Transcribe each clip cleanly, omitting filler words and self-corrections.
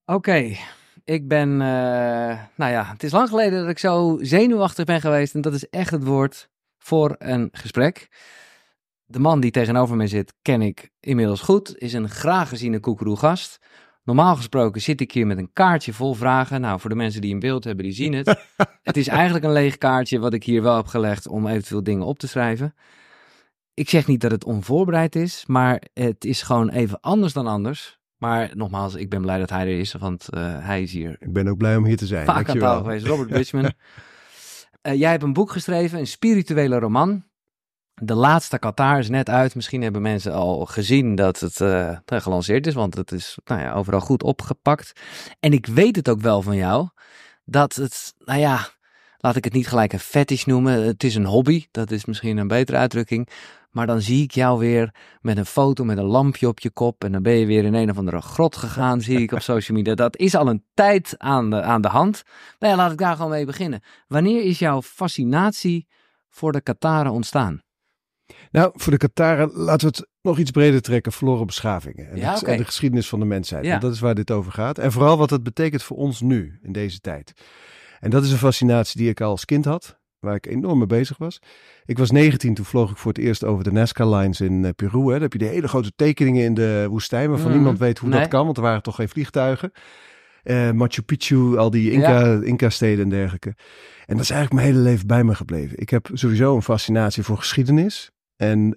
Oké, ik ben, het is lang geleden dat ik zo zenuwachtig ben geweest en dat is echt het woord voor een gesprek. De man die tegenover mij zit ken ik inmiddels goed, is een graag geziene koekeroe-gast. Normaal gesproken zit ik hier met een kaartje vol vragen. Nou, voor de mensen die een beeld hebben, die zien het. Het is eigenlijk een leeg kaartje wat ik hier wel heb gelegd om eventueel dingen op te schrijven. Ik zeg niet dat het onvoorbereid is, maar het is gewoon even anders dan anders. Maar nogmaals, ik ben blij dat hij er is, want hij is hier. Ik ben ook blij om hier te zijn. Vaak aan tafel geweest, Robert Bridgman. Jij hebt een boek geschreven, een spirituele roman. De laatste Qatar is net uit. Misschien hebben mensen al gezien dat het gelanceerd is, want het is overal goed opgepakt. En ik weet het ook wel van jou, dat het, laat ik het niet gelijk een fetish noemen. Het is een hobby, dat is misschien een betere uitdrukking. Maar dan zie ik jou weer met een foto met een lampje op je kop. En dan ben je weer in een of andere grot gegaan, zie ik op social media. Dat is al een tijd aan de hand. Nou ja, laat ik daar gewoon mee beginnen. Wanneer is jouw fascinatie voor de Qatar ontstaan? Nou, voor de Qataren laten we het nog iets breder trekken. Verloren beschavingen. En de geschiedenis van de mensheid. Ja. Want dat is waar dit over gaat. En vooral wat het betekent voor ons nu, in deze tijd. En dat is een fascinatie die ik al als kind had. Waar ik enorm mee bezig was. Ik was 19, toen vloog ik voor het eerst over de Nazca-lines in Peru. Hè. Daar heb je de hele grote tekeningen in de woestijn, waarvan niemand weet hoe dat kan, want er waren toch geen vliegtuigen. Machu Picchu, al die Inca-steden en dergelijke. En dat is eigenlijk mijn hele leven bij me gebleven. Ik heb sowieso een fascinatie voor geschiedenis. En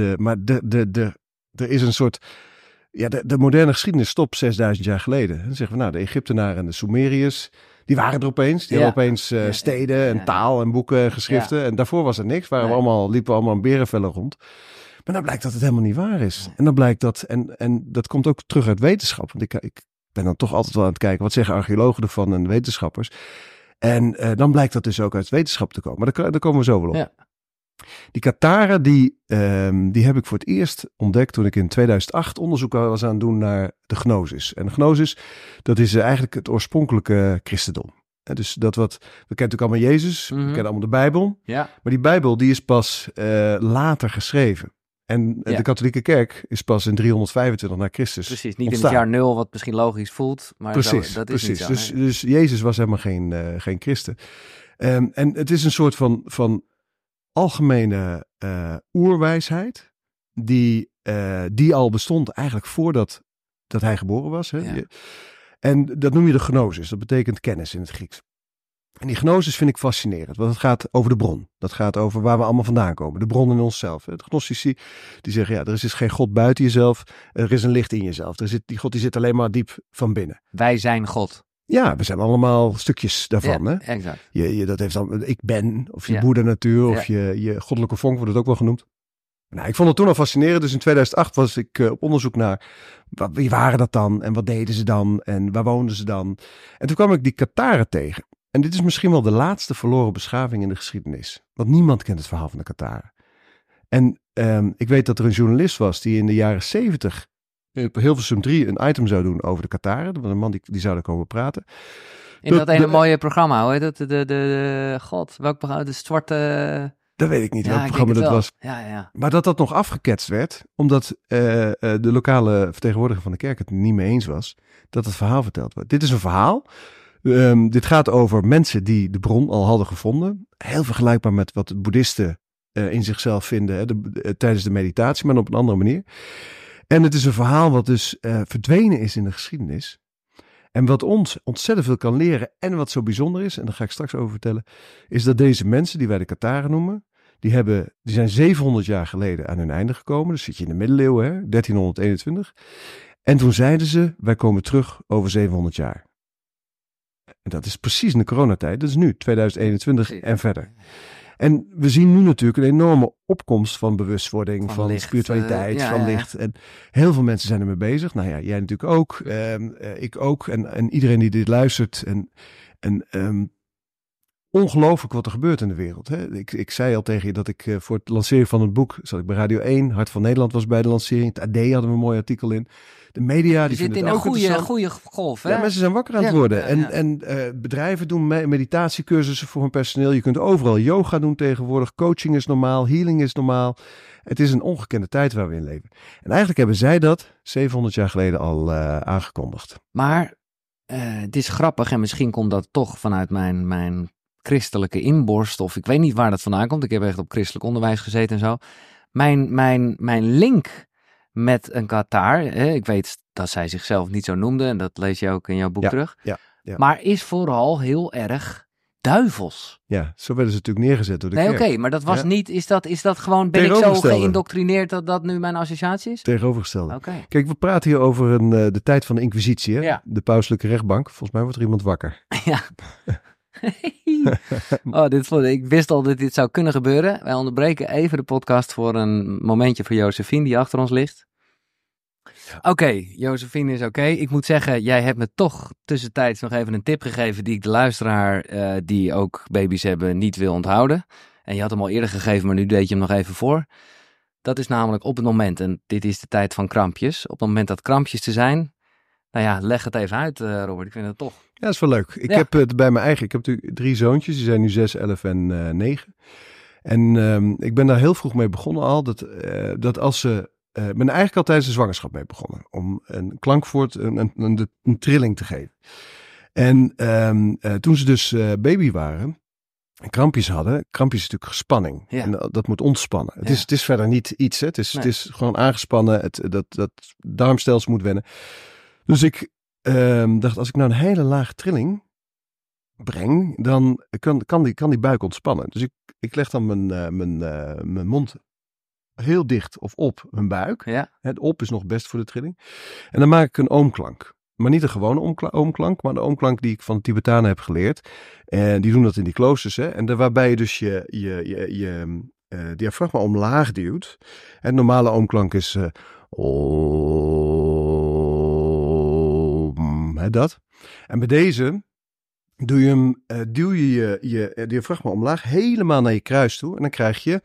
er is een soort... Ja, de moderne geschiedenis stopt 6000 jaar geleden. Dan zeggen we, de Egyptenaren en de Sumeriërs... Die waren er opeens. Die hadden opeens steden en taal en boeken en geschriften. Ja. En daarvoor was er niks. Liepen we allemaal in berenvellen rond. Maar dan blijkt dat het helemaal niet waar is. En dan blijkt dat... En dat komt ook terug uit wetenschap. Want ik ben dan toch altijd wel aan het kijken. Wat zeggen archeologen ervan en wetenschappers? En dan blijkt dat dus ook uit wetenschap te komen. Maar daar komen we zo wel op. Ja. Die Qataren, die heb ik voor het eerst ontdekt toen ik in 2008 onderzoek was aan het doen naar de gnosis. En de gnosis, dat is eigenlijk het oorspronkelijke christendom. Dus we kennen natuurlijk allemaal Jezus, we kennen allemaal de Bijbel. Ja. Maar die Bijbel, die is pas later geschreven. En de katholieke kerk is pas in 325 na Christus Precies, niet ontstaan. In het jaar 0, wat misschien logisch voelt. Maar precies, dat is niet zo. Dus Jezus was helemaal geen christen. En het is een soort van algemene oerwijsheid die al bestond eigenlijk voordat hij geboren was. Hè? Ja. En dat noem je de gnosis. Dat betekent kennis in het Grieks. En die gnosis vind ik fascinerend, want het gaat over de bron. Dat gaat over waar we allemaal vandaan komen. De bron in onszelf. De gnostici die zeggen, er is dus geen God buiten jezelf. Er is een licht in jezelf. Die God die zit alleen maar diep van binnen. Wij zijn God. Ja, we zijn allemaal stukjes daarvan. Ja, hè? Exact. Dat heeft dan ik ben, of je Boeddha-natuur, of je goddelijke vonk wordt het ook wel genoemd. Nou, ik vond het toen al fascinerend. Dus in 2008 was ik op onderzoek naar wie waren dat dan? En wat deden ze dan? En waar woonden ze dan? En toen kwam ik die Qataren tegen. En dit is misschien wel de laatste verloren beschaving in de geschiedenis. Want niemand kent het verhaal van de Qataren. En ik weet dat er een journalist was die in de jaren 70... op Hilversum 3 een item zou doen over de Qataren. Een man die zou er komen praten. In dat ene mooie programma, hoe heet het? God, welk programma? De zwarte... Dat weet ik niet welk programma dat was. Ja. Maar dat nog afgeketst werd, omdat de lokale vertegenwoordiger van de kerk het niet mee eens was dat het verhaal verteld werd. Dit is een verhaal. Dit gaat over mensen die de bron al hadden gevonden. Heel vergelijkbaar met wat de boeddhisten in zichzelf vinden tijdens de meditatie, maar op een andere manier. En het is een verhaal wat dus verdwenen is in de geschiedenis. En wat ons ontzettend veel kan leren en wat zo bijzonder is, en daar ga ik straks over vertellen, is dat deze mensen, die wij de Qataren noemen, die zijn 700 jaar geleden aan hun einde gekomen. Dus zit je in de middeleeuwen, 1321. En toen zeiden ze, wij komen terug over 700 jaar. En dat is precies in de coronatijd, dat is nu, 2021 en verder. En we zien nu natuurlijk een enorme opkomst van bewustwording, van licht, spiritualiteit, van licht. En heel veel mensen zijn ermee bezig. Nou ja, jij natuurlijk ook, ik ook en iedereen die dit luistert. En ongelooflijk wat er gebeurt in de wereld. Hè? Ik zei al tegen je dat ik voor het lanceren van het boek, zat ik bij Radio 1, Hart van Nederland was bij de lancering. Het AD hadden we een mooi artikel in. De media, die vinden het ook interessant. Je zit in een goede golf, hè? Ja, mensen zijn wakker aan het worden. En bedrijven doen meditatiecursussen voor hun personeel. Je kunt overal yoga doen tegenwoordig. Coaching is normaal, healing is normaal. Het is een ongekende tijd waar we in leven. En eigenlijk hebben zij dat 700 jaar geleden al aangekondigd. Maar het is grappig en misschien komt dat toch vanuit mijn christelijke inborst. Of ik weet niet waar dat vandaan komt. Ik heb echt op christelijk onderwijs gezeten en zo. Mijn link met een Qatar. Ik weet dat zij zichzelf niet zo noemde. En dat lees je ook in jouw boek terug. Ja. Maar is vooral heel erg duivels. Ja, zo werden ze natuurlijk neergezet door de kerk. Oké, maar dat was niet... Is dat gewoon... Ben ik zo geïndoctrineerd dat dat nu mijn associatie is? Tegenovergestelde. Okay. Kijk, we praten hier over de tijd van de Inquisitie. Hè? Ja. De pauselijke rechtbank. Volgens mij wordt er iemand wakker. Ja. Ik wist al dat dit zou kunnen gebeuren. Wij onderbreken even de podcast voor een momentje voor Josephine die achter ons ligt. Oké, Josephine is oké. Ik moet zeggen, jij hebt me toch tussentijds nog even een tip gegeven die ik de luisteraar die ook baby's hebben niet wil onthouden. En je had hem al eerder gegeven, maar nu deed je hem nog even voor. Dat is namelijk op het moment, en dit is de tijd van krampjes, op het moment dat krampjes te zijn. Nou ja, leg het even uit, Robert. Ik vind het toch. Ja, dat is wel leuk. Ik heb het bij mijn eigen. Ik heb natuurlijk 3 zoontjes. Die zijn nu 6, 11 en 9. En ik ben daar heel vroeg mee begonnen al. Dat als ze. Ik ben eigenlijk al tijdens de zwangerschap mee begonnen. Om een klankvoort, een trilling te geven. En toen ze dus baby waren. En krampjes hadden. Krampjes is natuurlijk gespanning. Ja. En dat moet ontspannen. Het is verder niet iets. Hè. Het is gewoon aangespannen. Dat darmstelsel moet wennen. Dus ik dacht, als ik nou een hele lage trilling breng, dan kan die buik ontspannen. Dus ik leg dan mijn mond heel dicht of op mijn buik. Ja. Het op is nog best voor de trilling. En dan maak ik een oomklank. Maar niet een gewone oomklank, maar de oomklank die ik van de Tibetanen heb geleerd. En die doen dat in die kloosters. Hè? En waarbij je dus je diafragma omlaag duwt. En de normale oomklank is dat. En bij deze duw je je diafragma omlaag helemaal naar je kruis toe. En dan krijg je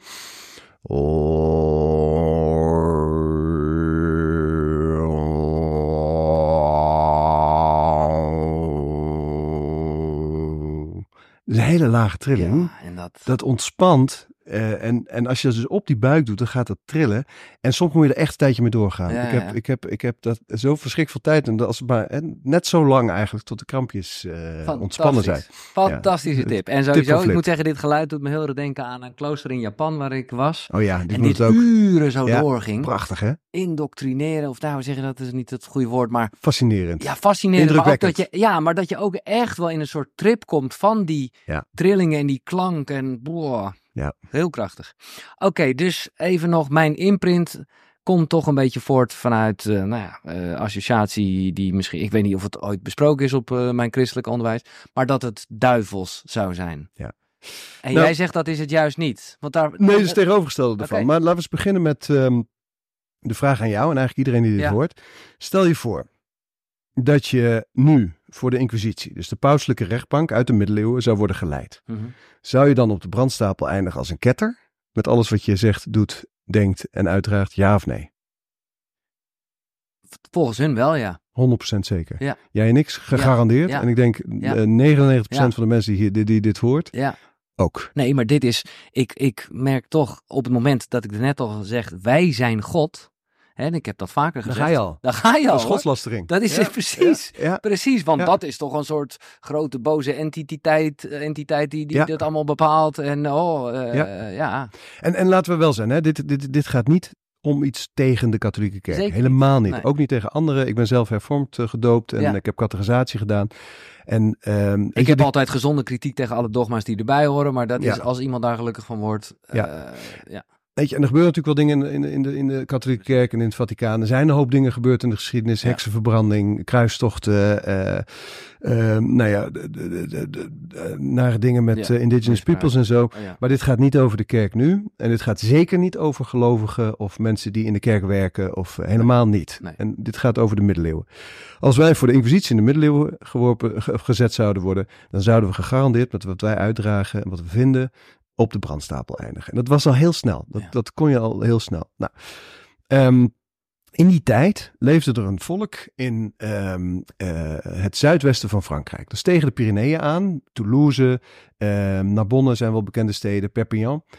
een hele lage trilling. Ja, en dat ontspant. En als je dat dus op die buik doet, dan gaat dat trillen. En soms moet je er echt een tijdje mee doorgaan. Ja, ik heb dat zo verschrikkelijk veel tijd. En dat als het maar net zo lang eigenlijk tot de krampjes ontspannen zijn. Fantastische tip. En sowieso, ik moet zeggen, dit geluid doet me heel erg denken aan een klooster in Japan waar ik was. Oh ja, en dit ook uren zo doorging. Prachtig, hè? Indoctrineren, of we zeggen dat is niet het goede woord, maar... Fascinerend. Ja, fascinerend. Maar ook maar dat je ook echt wel in een soort trip komt van die trillingen en die klank en... Ja. Heel krachtig. Oké, dus even nog, mijn imprint komt toch een beetje voort vanuit associatie die misschien, ik weet niet of het ooit besproken is op mijn christelijk onderwijs, maar dat het duivels zou zijn. Ja. En jij zegt dat is het juist niet. Want daar, nee, dat is tegenovergestelde ervan. Maar laten we eens beginnen met de vraag aan jou en eigenlijk iedereen die dit hoort. Stel je voor dat je nu voor de Inquisitie, dus de pauselijke rechtbank uit de middeleeuwen, zou worden geleid. Mm-hmm. Zou je dan op de brandstapel eindigen als een ketter? Met alles wat je zegt, doet, denkt en uitdraagt, ja of nee? Volgens hun wel, ja. 100% zeker. Ja. Jij en ik gegarandeerd. Ja. En ik denk 99% van de mensen die dit hoort, ook. Nee, maar dit is, ik merk toch op het moment dat ik er net al zeg, wij zijn God... En ik heb dat vaker gezegd. Daar ga je al. Dat is godslastering. Dat is precies. Ja. Precies, want dat is toch een soort grote boze entiteit die dat allemaal bepaalt. En En laten we wel zijn, hè? Dit gaat niet om iets tegen de katholieke kerk. Zeker helemaal niet. Nee. Ook niet tegen anderen. Ik ben zelf hervormd gedoopt en ik heb catechisatie gedaan. En, ik heb altijd gezonde kritiek tegen alle dogma's die erbij horen. Maar dat is als iemand daar gelukkig van wordt. Weet je, en er gebeuren natuurlijk wel dingen in de katholieke kerk en in het Vaticaan. Er zijn een hoop dingen gebeurd in de geschiedenis. Heksenverbranding, kruistochten. Nare dingen met indigenous peoples en zo. Maar dit gaat niet over de kerk nu. En dit gaat zeker niet over gelovigen of mensen die in de kerk werken. Of helemaal niet. Nee. En dit gaat over de middeleeuwen. Als wij voor de Inquisitie in de middeleeuwen gezet zouden worden, dan zouden we gegarandeerd met wat wij uitdragen en wat we vinden op de brandstapel eindigen. En dat was al heel snel. Dat kon je al heel snel. Nou, in die tijd leefde er een volk in het zuidwesten van Frankrijk. Dus tegen de Pyreneeën aan. Toulouse, Narbonne zijn wel bekende steden, Perpignan.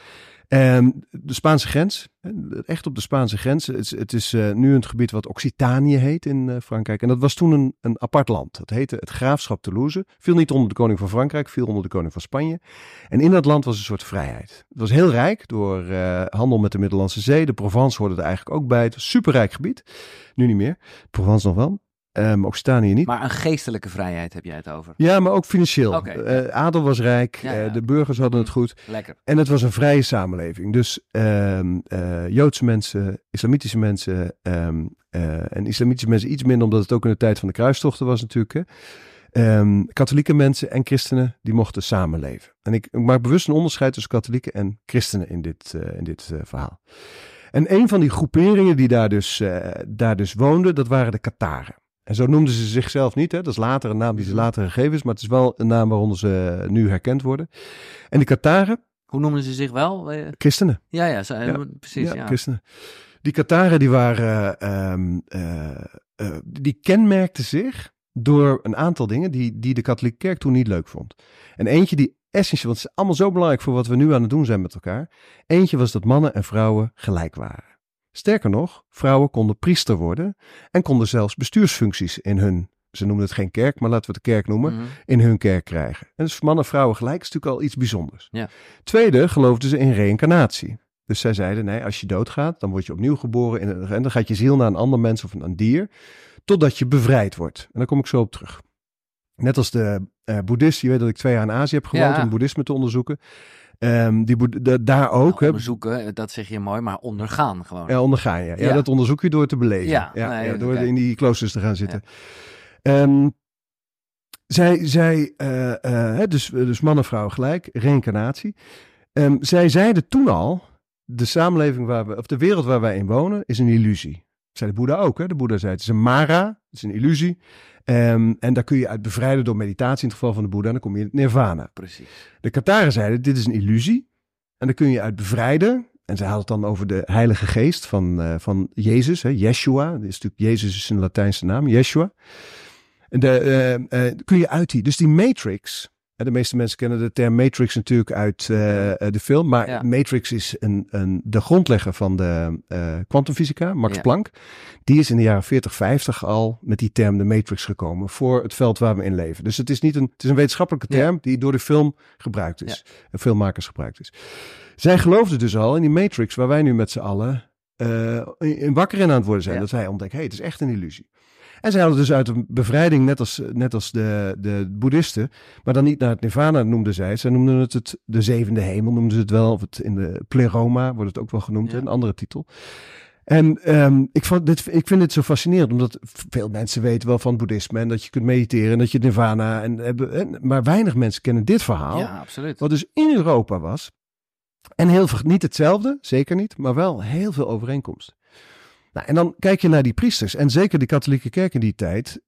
De Spaanse grens, echt op de Spaanse grens. Het is nu een gebied wat Occitanië heet in Frankrijk. En dat was toen een apart land. Dat heette het Graafschap Toulouse. Viel niet onder de koning van Frankrijk, viel onder de koning van Spanje. En in dat land was een soort vrijheid. Het was heel rijk door handel met de Middellandse Zee. De Provence hoorde er eigenlijk ook bij. Het was een superrijk gebied. Nu niet meer. Provence nog wel. Occitanië niet. Maar een geestelijke vrijheid heb jij het over? Ja, maar ook financieel. Okay. Adel was rijk, Ja. de burgers hadden het goed. Lekker. En het was een vrije samenleving. Dus Joodse mensen, islamitische mensen en islamitische mensen iets minder, omdat het ook in de tijd van de kruistochten was natuurlijk. Katholieke mensen en christenen, die mochten samenleven. En ik maak bewust een onderscheid tussen katholieken en christenen in dit verhaal. En een van die groeperingen die daar dus woonden, dat waren de Katharen. En zo noemden ze zichzelf niet. Hè? Dat is later een naam die ze later gegeven is. Maar het is wel een naam waaronder ze nu herkend worden. En de Katharen. Hoe noemden ze zich wel? Christenen. Ja, precies. Ja, christenen. Die Katharen die waren... die kenmerkten zich door een aantal dingen die de katholieke kerk toen niet leuk vond. En eentje die essentieel... Want het is allemaal zo belangrijk voor wat we nu aan het doen zijn met elkaar. Eentje was dat mannen en vrouwen gelijk waren. Sterker nog, vrouwen konden priester worden en konden zelfs bestuursfuncties in hun, ze noemen het geen kerk, maar laten we het de kerk noemen, in hun kerk krijgen. En dus mannen en vrouwen gelijk is natuurlijk al iets bijzonders. Ja. Tweede, geloofden ze in reïncarnatie. Dus zij zeiden, nee, als je doodgaat, dan word je opnieuw geboren en dan gaat je ziel naar een ander mens of een dier, totdat je bevrijd wordt. En daar kom ik zo op terug. Net als de boeddhist, je weet dat ik 2 jaar in Azië heb gewoond om boeddhisme te onderzoeken. Daar ook. Onderzoeken, dat zeg je mooi, maar ondergaan gewoon. Ja, ondergaan, ja. Ja, dat onderzoek je door te beleven. Door in die kloosters te gaan zitten. Ja. Dus man en vrouw gelijk, reïncarnatie. Zij zeiden toen al, de samenleving de wereld waar wij in wonen, is een illusie. Zei de Boeddha ook. Hè? De Boeddha zei, het is een mara, het is een illusie. En daar kun je uit bevrijden door meditatie in het geval van de Boeddha. En dan kom je in het nirvana. Precies. De Katharen zeiden, dit is een illusie. En daar kun je uit bevrijden. En zij hadden het dan over de heilige geest van Jezus. Hè? Yeshua. Dat is natuurlijk, Jezus is een Latijnse naam. Yeshua. En kun je uit die. Dus die matrix. De meeste mensen kennen de term matrix natuurlijk uit de film. Maar matrix is de grondlegger van de kwantumfysica, Max Planck. Die is in de jaren 40, 50 al met die term de matrix gekomen voor het veld waar we in leven. Dus het is een wetenschappelijke term die door de film gebruikt is. De filmmakers gebruikt is. Zij geloofden dus al in die matrix waar wij nu met z'n allen wakker in aan het worden zijn. Ja. Dat zij ontdekken, het is echt een illusie. En zij hadden dus uit de bevrijding, net als de boeddhisten, maar dan niet naar het nirvana noemden zij. Zij noemden het de zevende hemel, noemden ze het wel. Of het in de pleroma wordt het ook wel genoemd, een andere titel. En ik vind dit zo fascinerend, omdat veel mensen weten wel van het boeddhisme en dat je kunt mediteren en dat je het nirvana maar weinig mensen kennen dit verhaal. Ja, absoluut. Wat dus in Europa was. En heel veel, niet hetzelfde, zeker niet, maar wel heel veel overeenkomsten. Nou, en dan kijk je naar die priesters. En zeker de katholieke kerk in die tijd.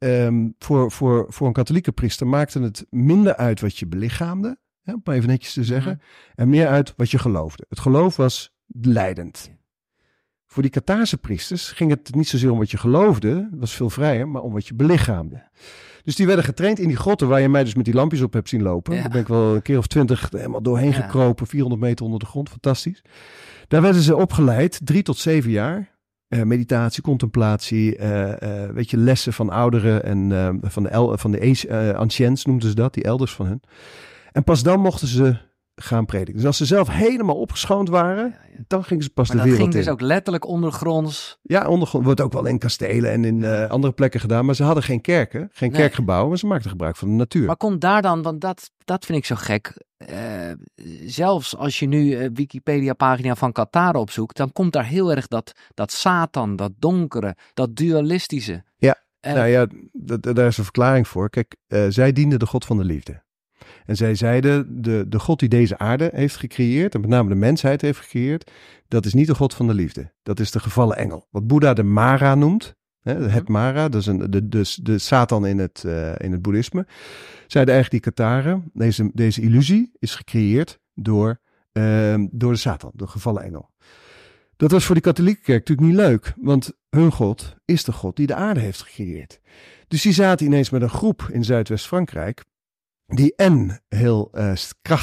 Voor een katholieke priester maakte het minder uit wat je belichaamde. Om maar even netjes te zeggen. En meer uit wat je geloofde. Het geloof was leidend. Voor die Kathaarse priesters ging het niet zozeer om wat je geloofde. Het was veel vrijer. Maar om wat je belichaamde. Dus die werden getraind in die grotten waar je mij dus met die lampjes op hebt zien lopen. Daar ben ik wel een keer of 20 helemaal doorheen gekropen. 400 meter onder de grond. Fantastisch. Daar werden ze opgeleid 3 tot 7 jaar. Meditatie, contemplatie, lessen van ouderen en van de ancients noemden ze dat, die elders van hen. En pas dan mochten ze gaan prediken. Dus als ze zelf helemaal opgeschoond waren, dan gingen ze pas de wereld in. Maar dat ging dus ook letterlijk ondergronds? Ja, ondergronds. Wordt ook wel in kastelen en in andere plekken gedaan. Maar ze hadden geen kerken, geen kerkgebouwen, maar ze maakten gebruik van de natuur. Maar komt daar dan, want dat vind ik zo gek. Zelfs als je nu Wikipedia-pagina van Katharen opzoekt, dan komt daar heel erg dat Satan, dat donkere, dat dualistische. Ja, daar is een verklaring voor. Kijk, zij dienden de God van de liefde. En zij zeiden, de God die deze aarde heeft gecreëerd, en met name de mensheid heeft gecreëerd, dat is niet de God van de liefde. Dat is de gevallen engel. Wat Boeddha de Mara noemt, het Mara, dat is de Satan in het boeddhisme. Zeiden eigenlijk die Katharen, deze illusie is gecreëerd door de Satan, de gevallen engel. Dat was voor die katholieke kerk natuurlijk niet leuk, want hun God is de God die de aarde heeft gecreëerd. Dus die zaten ineens met een groep in Zuidwest-Frankrijk, die en heel krachtig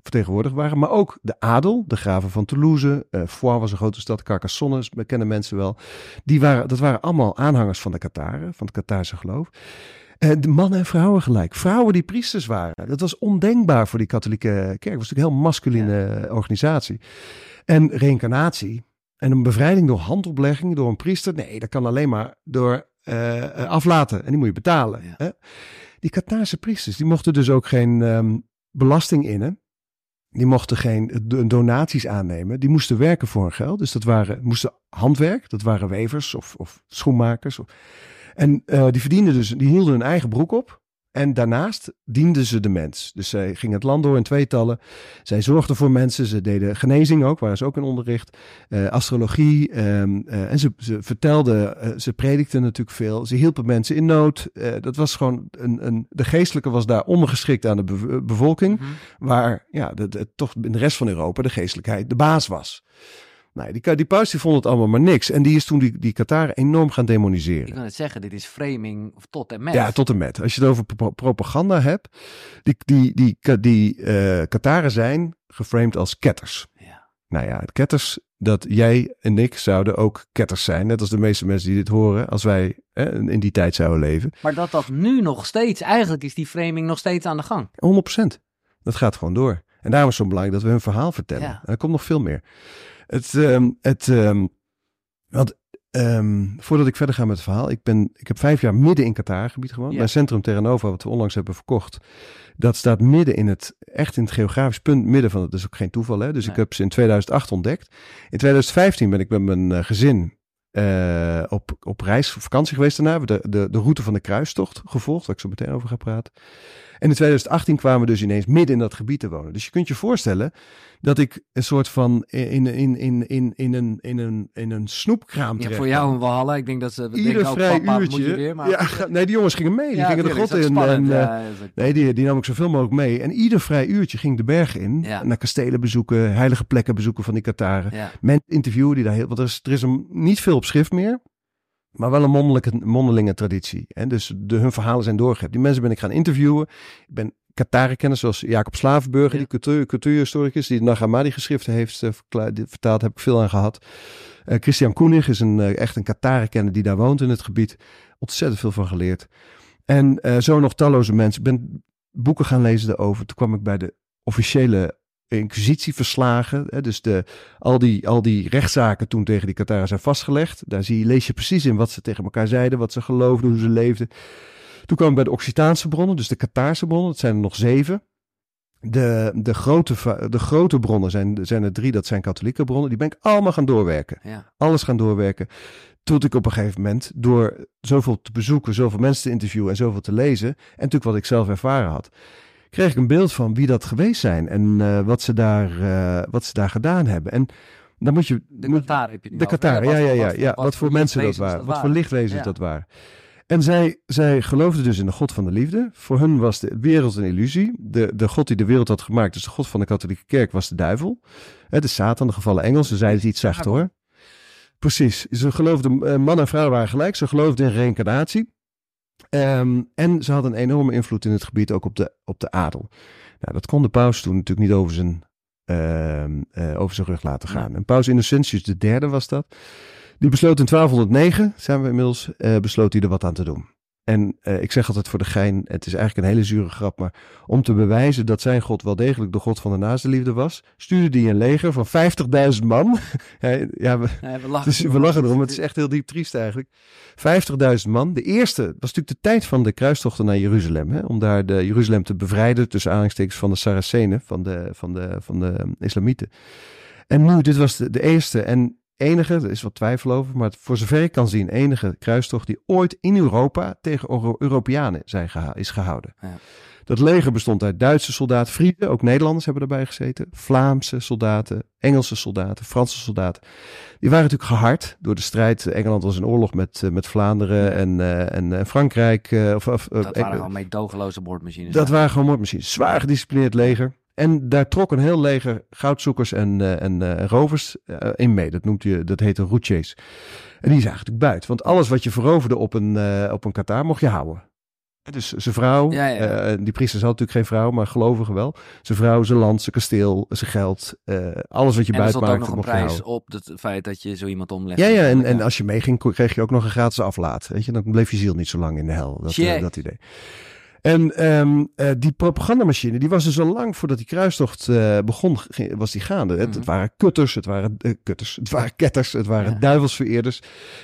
vertegenwoordigd waren. Maar ook de adel, de graven van Toulouse. Foix was een grote stad, Carcassonne, kennen mensen wel. Dat waren allemaal aanhangers van de Katharen, van het Kathaarse geloof. De mannen en vrouwen gelijk. Vrouwen die priesters waren. Dat was ondenkbaar voor die katholieke kerk. Het was natuurlijk een heel masculine organisatie. En reïncarnatie en een bevrijding door handoplegging, door een priester. Nee, dat kan alleen maar door aflaten. En die moet je betalen. Ja. Hè? Die Kathaarse priesters, die mochten dus ook geen belasting innen. Die mochten geen donaties aannemen. Die moesten werken voor hun geld. Dus dat moesten handwerk. Dat waren wevers of schoenmakers. En die hielden hun eigen broek op. En daarnaast dienden ze de mens. Dus zij gingen het land door in tweetallen. Zij zorgden voor mensen. Ze deden genezing ook, waren ze ook in onderricht. Astrologie. En ze vertelden, ze predikten natuurlijk veel. Ze hielpen mensen in nood. Dat was gewoon de geestelijke was daar ondergeschikt aan de bevolking. Mm-hmm. Waar toch in de rest van Europa de geestelijkheid de baas was. Nee, die paus die vond het allemaal maar niks. En die is toen die Katharen enorm gaan demoniseren. Ik wil het zeggen, dit is framing tot en met. Ja, tot en met. Als je het over propaganda hebt. Die Katharen zijn geframed als ketters. Ja. Nou ja, ketters, dat jij en ik zouden ook ketters zijn. Net als de meeste mensen die dit horen. Als wij in die tijd zouden leven. Maar dat nu nog steeds, eigenlijk is die framing nog steeds aan de gang. 100%. Dat gaat gewoon door. En daarom is het zo belangrijk dat we hun verhaal vertellen. Ja. En er komt nog veel meer. Voordat ik verder ga met het verhaal. Ik heb 5 jaar midden in Kathaargebied gewoond. Ja. Bij Centrum Terra Nova, wat we onlangs hebben verkocht. Dat staat midden in het geografisch punt midden van het. Dat is ook geen toeval, hè. Dus nee. Ik heb ze in 2008 ontdekt. In 2015 ben ik met mijn gezin op reis, op vakantie geweest daarna. We hebben de route van de kruistocht gevolgd, waar ik zo meteen over ga praten. En in 2018 kwamen we dus ineens midden in dat gebied te wonen. Dus je kunt je voorstellen dat ik een soort van in een snoepkraam terecht. Ja, voor jou een Walhalla. Ik denk dat ze ieder vrij papa, uurtje. Moet je weer, maar... Nee, die jongens gingen mee. Die gingen de grot in. Die nam ik zoveel mogelijk mee. En ieder vrij uurtje ging de bergen in. Ja. Naar kastelen bezoeken, heilige plekken bezoeken van die Katharen. Ja. Mensen interviewen die daar heel... Want er is niet veel op schrift meer. Maar wel een mondelinge traditie. En dus hun verhalen zijn doorgegeven. Die mensen ben ik gaan interviewen. Ik ben Katharen-kenners zoals Jacob Slavenburger, die cultuurhistoricus, die de Nag Hammadi geschriften heeft vertaald, heb ik veel aan gehad. Christian Koenig is echt een Katharen-kenner die daar woont in het gebied. Ontzettend veel van geleerd. En zo nog talloze mensen. Ik ben boeken gaan lezen daarover. Toen kwam ik bij de officiële inquisitieverslagen. Hè, dus al die rechtszaken toen tegen die Katharen zijn vastgelegd. Daar lees je precies in wat ze tegen elkaar zeiden, wat ze geloofden, hoe ze leefden. Toen kwam ik bij de Occitaanse bronnen, dus de Kathaarse bronnen. Dat zijn er nog 7. De grote bronnen zijn er 3, dat zijn katholieke bronnen. Die ben ik allemaal gaan doorwerken. Ja. Alles gaan doorwerken. Tot ik op een gegeven moment, door zoveel te bezoeken, zoveel mensen te interviewen en zoveel te lezen, en natuurlijk wat ik zelf ervaren had, kreeg ik een beeld van wie dat geweest zijn en wat ze daar gedaan hebben. En dan moet je... De Katharen heb je nu de Katharen, ja. Wat voor mensen dat waren. Wat voor lichtwezens dat waren. En zij geloofden dus in de God van de liefde. Voor hun was de wereld een illusie. De God die de wereld had gemaakt, dus de God van de katholieke kerk, was de duivel. De Satan, de gevallen engel. Ze zeiden het iets zachter, hoor. Precies. Ze geloofden, man en vrouw waren gelijk. Ze geloofden in reïncarnatie. En ze hadden een enorme invloed in het gebied, ook op de adel. Nou, dat kon de paus toen natuurlijk niet over zijn rug laten gaan. En paus Innocentius III was dat. Die besloot in 1209, zijn we inmiddels, besloot hij er wat aan te doen. En ik zeg altijd voor de gein, het is eigenlijk een hele zure grap, maar om te bewijzen dat zijn God wel degelijk de God van de naaste liefde was, stuurde hij een leger van 50.000 man. We lachen erom, het is echt heel diep triest eigenlijk. 50.000 man. De eerste was natuurlijk de tijd van de kruistochten naar Jeruzalem, hè, om daar de Jeruzalem te bevrijden tussen aanhalingstekens van de Saracenen, van de islamieten. En nu, dit was de eerste en enige, er is wat twijfel over, maar voor zover ik kan zien, enige kruistocht die ooit in Europa tegen Europeanen is gehouden. Ja. Dat leger bestond uit Duitse soldaten, Friesen, ook Nederlanders hebben erbij gezeten, Vlaamse soldaten, Engelse soldaten, Franse soldaten. Die waren natuurlijk gehard door de strijd. Engeland was in oorlog met Vlaanderen en Frankrijk. Dat waren gewoon meedogenloze moordmachines. Dat waren gewoon moordmachines. Zwaar gedisciplineerd leger. En daar trok een heel leger goudzoekers en rovers in mee. Dat heette routiers. En die zagen natuurlijk buiten. Want alles wat je veroverde op een Kathaar mocht je houden. Dus zijn vrouw, die priesters had natuurlijk geen vrouw, maar gelovigen wel. Zijn vrouw, zijn land, zijn kasteel, zijn geld, alles wat je buiten maakte. En er stond ook nog een prijs op het feit dat je zo iemand omlegde. Ja, en als je meeging, kreeg je ook nog een gratis aflaat. Weet je, dan bleef je ziel niet zo lang in de hel. Dat idee. En die propagandamachine, die was dus al lang voordat die kruistocht begon, was die gaande. Mm-hmm. Het waren kutters, het waren ketters, het waren duivelsvereerders.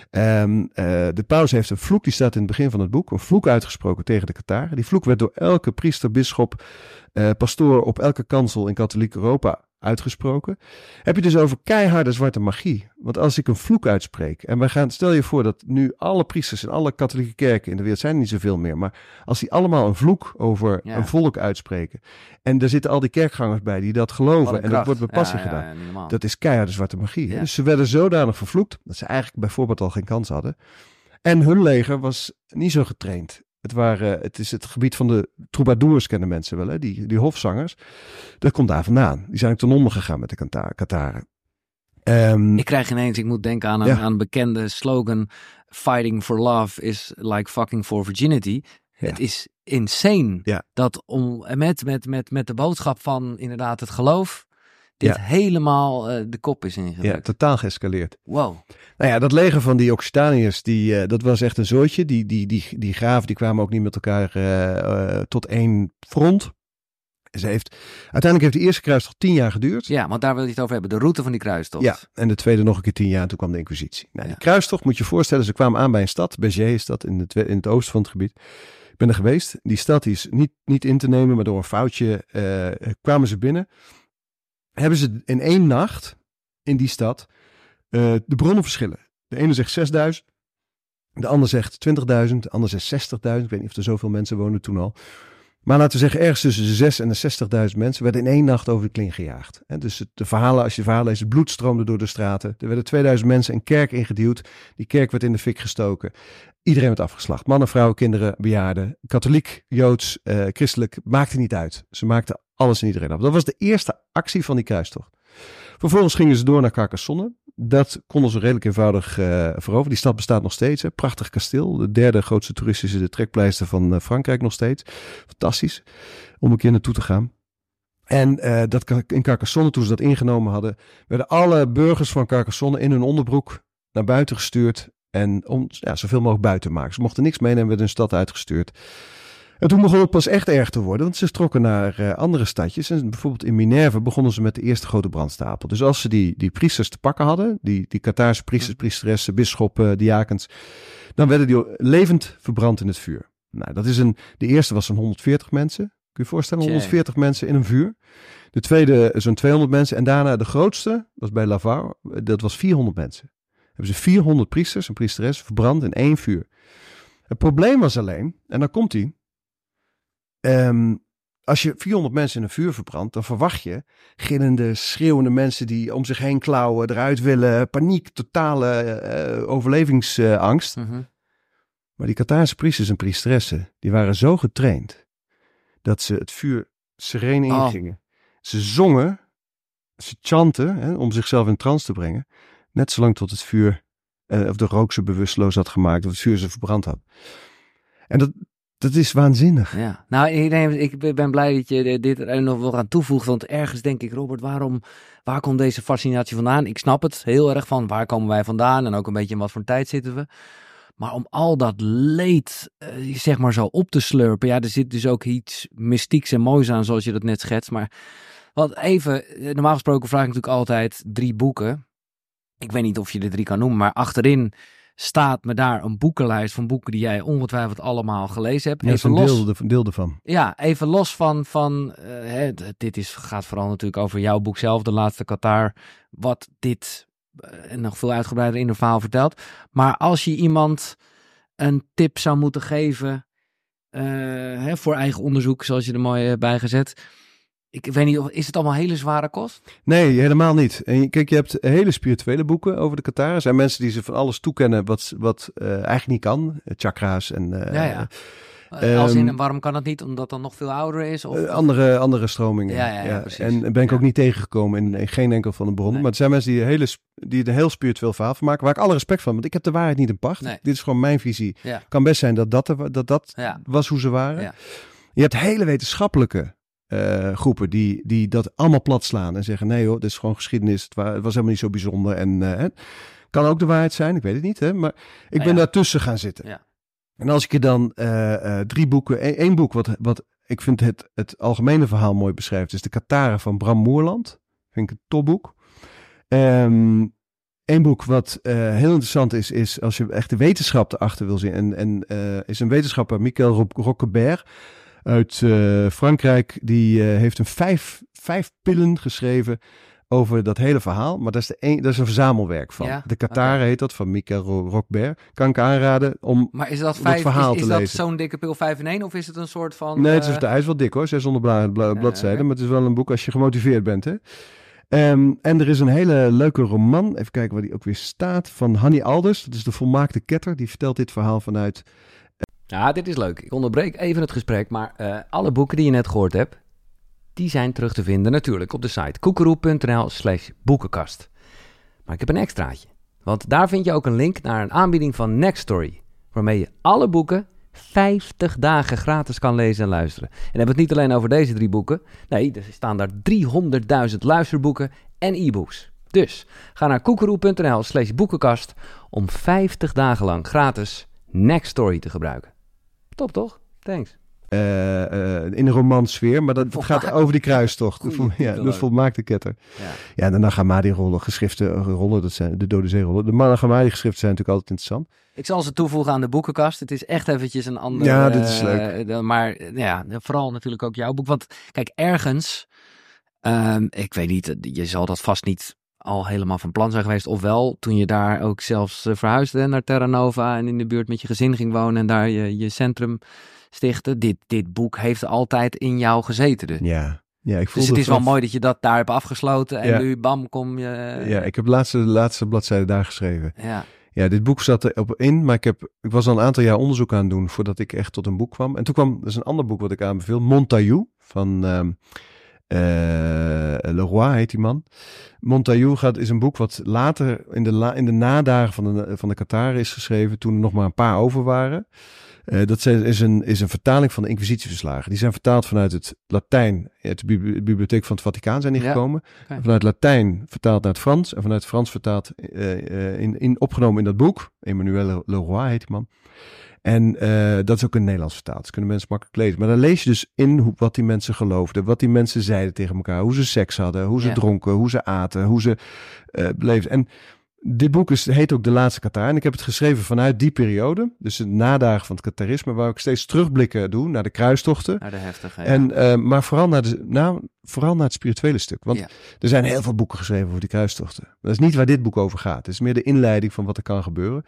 De paus heeft een vloek, die staat in het begin van het boek, een vloek uitgesproken tegen de Kataren. Die vloek werd door elke priester, bisschop, pastoor op elke kansel in katholiek Europa uitgesproken. Heb je dus over keiharde zwarte magie. Want als ik een vloek uitspreek en stel je voor dat nu alle priesters in alle katholieke kerken in de wereld zijn er niet zoveel meer, maar als die allemaal een vloek over een volk uitspreken en er zitten al die kerkgangers bij die dat geloven en dat wordt met passie gedaan. Dat is keiharde zwarte magie. Ja. Dus ze werden zodanig vervloekt dat ze eigenlijk bijvoorbeeld al geen kans hadden. En hun leger was niet zo getraind. Het is het gebied van de troubadours, kennen mensen wel, hè? Die hofzangers. Dat komt daar vandaan. Die zijn ook ten onder gegaan met de Kataren. Ik krijg ineens, ik moet denken aan een bekende slogan: fighting for love is like fucking for virginity. Ja. Het is insane dat met de boodschap van inderdaad het geloof dit helemaal de kop is ingedrukt. Ja, totaal geëscaleerd. Wow. Nou ja, dat leger van die Occitaniërs, dat was echt een zootje. Die graven, die kwamen ook niet met elkaar tot één front. Uiteindelijk heeft de eerste kruistocht 10 jaar geduurd. Ja, want daar wil je het over hebben. De route van die kruistocht. Ja, en de tweede nog een keer 10 jaar en toen kwam de Inquisitie. Nou, die kruistocht moet je voorstellen, ze kwamen aan bij een stad. Béziers is dat in het oosten van het gebied. Ik ben er geweest. Die stad is niet in te nemen, maar door een foutje kwamen ze binnen. Hebben ze in 1 nacht in die stad de bronnen verschillen. De ene zegt 6.000, de ander zegt 20.000, de ander zegt 60.000. Ik weet niet of er zoveel mensen woonden toen al. Maar laten we zeggen, ergens tussen de 6 en de 60.000 mensen werden in 1 nacht over de kling gejaagd. Dus als je de verhalen leest, het bloed stroomde door de straten. Er werden 2000 mensen een kerk ingeduwd. Die kerk werd in de fik gestoken. Iedereen werd afgeslacht. Mannen, vrouwen, kinderen, bejaarden. Katholiek, Joods, christelijk, maakte niet uit. Ze maakten alles en iedereen af. Dat was de eerste actie van die kruistocht. Vervolgens gingen ze door naar Carcassonne. Dat konden ze redelijk eenvoudig veroveren. Die stad bestaat nog steeds. Hè. Prachtig kasteel. De derde grootste toeristische trekpleister van Frankrijk nog steeds. Fantastisch om een keer naartoe te gaan. En in Carcassonne, toen ze dat ingenomen hadden, werden alle burgers van Carcassonne in hun onderbroek naar buiten gestuurd. En om zoveel mogelijk buiten te maken. Ze mochten niks meenemen, werden hun stad uitgestuurd. En toen begon het pas echt erg te worden, want ze trokken naar andere stadjes. En bijvoorbeeld in Minerve begonnen ze met de eerste grote brandstapel. Dus als ze die priesters te pakken hadden, die Kathaarse priesters, priesteressen, bisschoppen, diakens, dan werden die levend verbrand in het vuur. Nou, de eerste was zo'n 140 mensen. Kun je je voorstellen, 140 mensen in een vuur. De tweede zo'n 200 mensen. En daarna de grootste, was bij Lavar, dat was 400 mensen. Hebben ze 400 priesters en priesteressen verbrand in 1 vuur. Het probleem was alleen, en dan komt hij. Als je 400 mensen in een vuur verbrandt, dan verwacht je gillende, schreeuwende mensen die om zich heen klauwen, eruit willen, paniek, totale overlevingsangst. Mm-hmm. Maar die Kathaarse priesters en priesteressen, die waren zo getraind dat ze het vuur sereen ingingen. Ze zongen, ze chanten, om zichzelf in trance te brengen, net zolang tot het vuur, of de rook ze bewusteloos had gemaakt, of het vuur ze verbrand had. En dat is waanzinnig. Ja. Nou, ik ben blij dat je dit er nog wil gaan toevoegen. Want ergens denk ik, Robert, waar komt deze fascinatie vandaan? Ik snap het heel erg van, waar komen wij vandaan? En ook een beetje in wat voor tijd zitten we. Maar om al dat leed, zeg maar zo op te slurpen. Ja, er zit dus ook iets mystieks en moois aan, zoals je dat net schetst. Maar wat even, normaal gesproken vraag ik natuurlijk altijd 3 boeken. Ik weet niet of je de 3 kan noemen, maar achterin staat me daar een boekenlijst van boeken die jij ongetwijfeld allemaal gelezen hebt. Ja, even een deel ervan. Ja, even los van gaat vooral natuurlijk over jouw boek zelf, De Laatste Katar, wat dit nog veel uitgebreider in een verhaal vertelt. Maar als je iemand een tip zou moeten geven voor eigen onderzoek, zoals je er mooi hebt bijgezet. Ik weet niet, is het allemaal hele zware kost? Nee, helemaal niet. En kijk, je hebt hele spirituele boeken over de Kataren. Er zijn mensen die ze van alles toekennen wat eigenlijk niet kan. Chakra's en Als in, waarom kan het niet? Omdat het dan nog veel ouder is? Of? Andere stromingen. Ja, precies. En ben ik ook niet tegengekomen in geen enkel van de bronnen. Nee. Maar er zijn mensen die er een heel spiritueel verhaal van maken. Waar ik alle respect van. Want ik heb de waarheid niet in pacht. Nee. Dit is gewoon mijn visie. Ja. Kan best zijn dat was hoe ze waren. Ja. Je hebt hele wetenschappelijke groepen die dat allemaal plat slaan. En zeggen, nee hoor, dit is gewoon geschiedenis. Het was helemaal niet zo bijzonder. En kan ook de waarheid zijn. Ik weet het niet. Hè? Maar ik ben daartussen gaan zitten. Ja. En als ik er dan 3 boeken... één boek wat ik vind het algemene verhaal mooi beschrijft... is De Kataren van Bram Moerland. Vind ik een topboek. Eén boek wat heel interessant is als je echt de wetenschap erachter wil zien. En is een wetenschapper, Michael Roquebert uit Frankrijk. Die heeft een 5 pillen geschreven over dat hele verhaal. Maar dat is een verzamelwerk van. Ja? De Kataren heet dat, van Michael Roquebert. Kan ik aanraden om Maar is dat verhaal te lezen. Is dat zo'n dikke pil 5 in 1 of is het een soort van... Nee, hij is wel dik hoor, 600 bladzijden. Maar het is wel een boek als je gemotiveerd bent. Hè? En er is een hele leuke roman, even kijken waar die ook weer staat, van Hanny Alders. Dat is De Volmaakte Ketter. Die vertelt dit verhaal vanuit... Ja, dit is leuk. Ik onderbreek even het gesprek, maar alle boeken die je net gehoord hebt, die zijn terug te vinden natuurlijk op de site koekeroe.nl/boekenkast. Maar ik heb een extraatje, want daar vind je ook een link naar een aanbieding van Nextory, waarmee je alle boeken 50 dagen gratis kan lezen en luisteren. En dan hebben we het niet alleen over deze 3 boeken. Nee, er staan daar 300.000 luisterboeken en e-books. Dus ga naar koekeroe.nl/boekenkast om 50 dagen lang gratis Nextory te gebruiken. Top toch? Thanks. In een romansfeer, maar dat gaat over die kruistocht. De Volmaakte Ketter. Ja, en de Nagamadi-rollen, geschriften rollen, dat zijn de Dode Zee-rollen. De Nagamadi-geschriften zijn natuurlijk altijd interessant. Ik zal ze toevoegen aan de boekenkast. Het is echt eventjes een ander... Ja, dit is leuk. Maar ja, vooral natuurlijk ook jouw boek. Want kijk, ergens... ik weet niet, je zal dat vast niet al helemaal van plan zijn geweest. Ofwel, toen je daar ook zelfs verhuisde naar Terra Nova en in de buurt met je gezin ging wonen en daar je centrum stichten. Dit boek heeft altijd in jou gezeten. Dus. Ja, ik voel dus het is wel mooi dat je dat daar hebt afgesloten en nu bam, kom je... Ja, ik heb de laatste bladzijde daar geschreven. Ja, dit boek zat erop in, maar ik was al een aantal jaar onderzoek aan het doen voordat ik echt tot een boek kwam. En toen kwam dus een ander boek wat ik aanbeveel, Montaillou van Leroy heet die man. Montaillou is een boek wat later in de nadagen van de Kataren is geschreven, toen er nog maar een paar over waren. Dat is een vertaling van de Inquisitieverslagen. Die zijn vertaald vanuit het Latijn. Uit de bibliotheek van het Vaticaan zijn die gekomen. Okay. Vanuit Latijn vertaald naar het Frans. En vanuit het Frans vertaald opgenomen in dat boek. Emmanuel Leroy heet die man. En dat is ook in het Nederlands vertaald. Dus kunnen mensen makkelijk lezen. Maar dan lees je dus in wat die mensen geloofden. Wat die mensen zeiden tegen elkaar. Hoe ze seks hadden. Hoe ze dronken. Hoe ze aten. Hoe ze beleefden. En dit boek heet ook De Laatste Katar. En ik heb het geschreven vanuit die periode. Dus de nadagen van het Katarisme. Waar ik steeds terugblikken doe naar de kruistochten. Naar de heftige, ja. Maar vooral naar het spirituele stuk. Want er zijn heel veel boeken geschreven over die kruistochten. Dat is niet waar dit boek over gaat. Het is meer de inleiding van wat er kan gebeuren.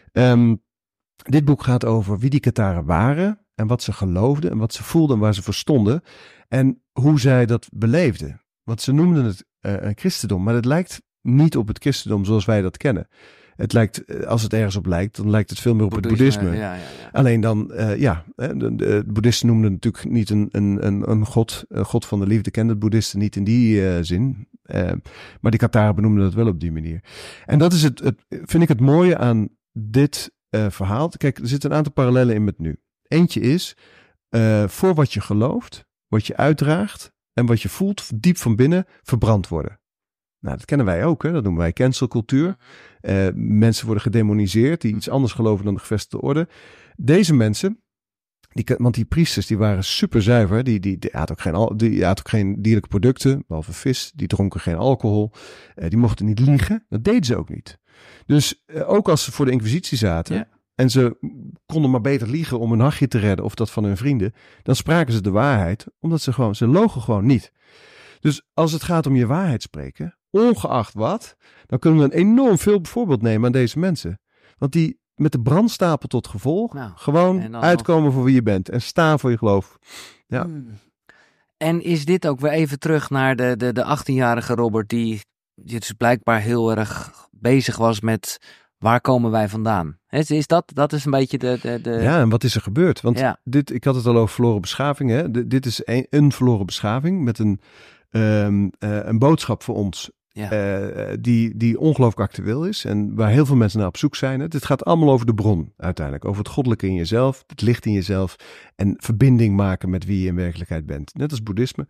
Dit boek gaat over wie die Kataren waren. En wat ze geloofden. En wat ze voelden en waar ze voor stonden. En hoe zij dat beleefden. Want ze noemden het een christendom. Maar het lijkt niet op het christendom zoals wij dat kennen. Het lijkt, als het ergens op lijkt, dan lijkt het veel meer op het boeddhisme. Ja. Alleen dan, de boeddhisten noemden natuurlijk niet een god van de liefde. Kenden de boeddhisten niet in die zin. Maar die Kataren benoemden dat wel op die manier. En dat is vind ik het mooie aan dit verhaal. Kijk, er zitten een aantal parallellen in met nu. Eentje is, voor wat je gelooft, wat je uitdraagt en wat je voelt diep van binnen, verbrand worden. Nou, dat kennen wij ook, hè? Dat noemen wij cancelcultuur. Mensen worden gedemoniseerd die iets anders geloven dan de gevestigde orde. Deze mensen, want die priesters die waren super zuiver. Die aten ook geen dierlijke producten, behalve vis. Die dronken geen alcohol. Die mochten niet liegen. Dat deden ze ook niet. Dus ook als ze voor de Inquisitie zaten en ze konden maar beter liegen om hun hachje te redden of dat van hun vrienden, dan spraken ze de waarheid, omdat ze logen gewoon niet. Dus als het gaat om je waarheid spreken, ongeacht wat, dan kunnen we een enorm veel voorbeeld nemen aan deze mensen. Want die met de brandstapel tot gevolg gewoon uitkomen voor wie je bent en staan voor je geloof. Ja. En is dit ook weer even terug naar de 18-jarige Robert die dus blijkbaar heel erg bezig was met Waar komen wij vandaan? Is dat is een beetje de... Ja, en wat is er gebeurd? Want Ja. ik had het al over verloren beschaving. Hè? Dit is een verloren beschaving met een boodschap voor ons. Ja. Die ongelooflijk actueel is en waar heel veel mensen naar op zoek zijn. Het gaat allemaal over de bron uiteindelijk. Over het goddelijke in jezelf, het licht in jezelf en verbinding maken met wie je in werkelijkheid bent. Net als boeddhisme.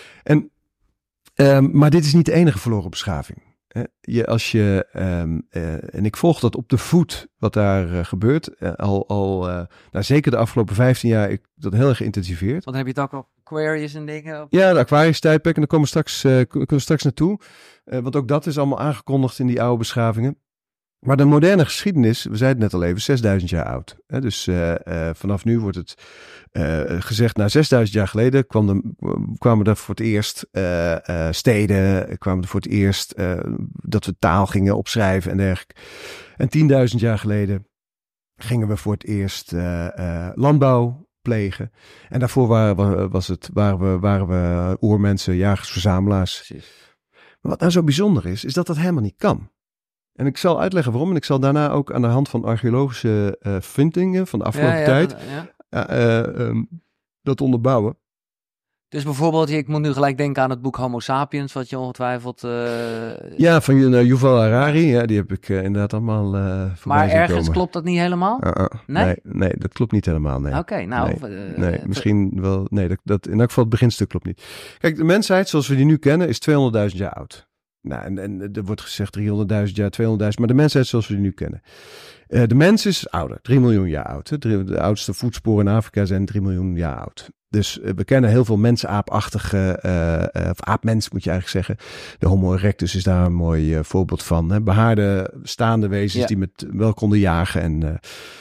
Maar dit is niet de enige verloren beschaving. En ik volg dat op de voet wat daar gebeurt. Zeker de afgelopen 15 jaar dat heel erg geïntensiveerd. Want heb je het ook op Aquarius en dingen? Ja, de Aquarius-tijdperk. En daar kunnen we straks naartoe. Want ook dat is allemaal aangekondigd in die oude beschavingen. Maar de moderne geschiedenis, we zeiden het net al even, 6000 jaar oud. Dus vanaf nu wordt het gezegd, 6000 jaar geleden kwamen er voor het eerst steden, kwamen er voor het eerst dat we taal gingen opschrijven en dergelijke. En 10.000 jaar geleden gingen we voor het eerst landbouw plegen. En daarvoor waren we oermensen, jagers, verzamelaars. Precies. Maar wat nou zo bijzonder is dat helemaal niet kan. En ik zal uitleggen waarom. En ik zal daarna ook aan de hand van archeologische vindingen van de afgelopen tijd dat onderbouwen. Dus bijvoorbeeld, ik moet nu gelijk denken aan het boek Homo Sapiens, wat je ongetwijfeld... Ja, van Yuval Harari. Ja, die heb ik inderdaad allemaal voorbij Maar zien ergens komen. klopt dat niet helemaal? Nee, dat klopt niet helemaal. Nee. Oké, nou... Nee, misschien wel... Nee, dat in elk geval het beginstuk klopt niet. Kijk, de mensheid zoals we die nu kennen is 200.000 jaar oud. Nou, en er wordt gezegd 300.000 jaar, 200.000, maar de mensheid zoals we die nu kennen. De mens is ouder, 3 miljoen jaar oud. Hè. De oudste voetsporen in Afrika zijn 3 miljoen jaar oud. Dus we kennen heel veel mensaapachtige, of aapmens moet je eigenlijk zeggen. De Homo erectus is daar een mooi voorbeeld van. Hè. Behaarde, staande wezens die wel konden jagen. En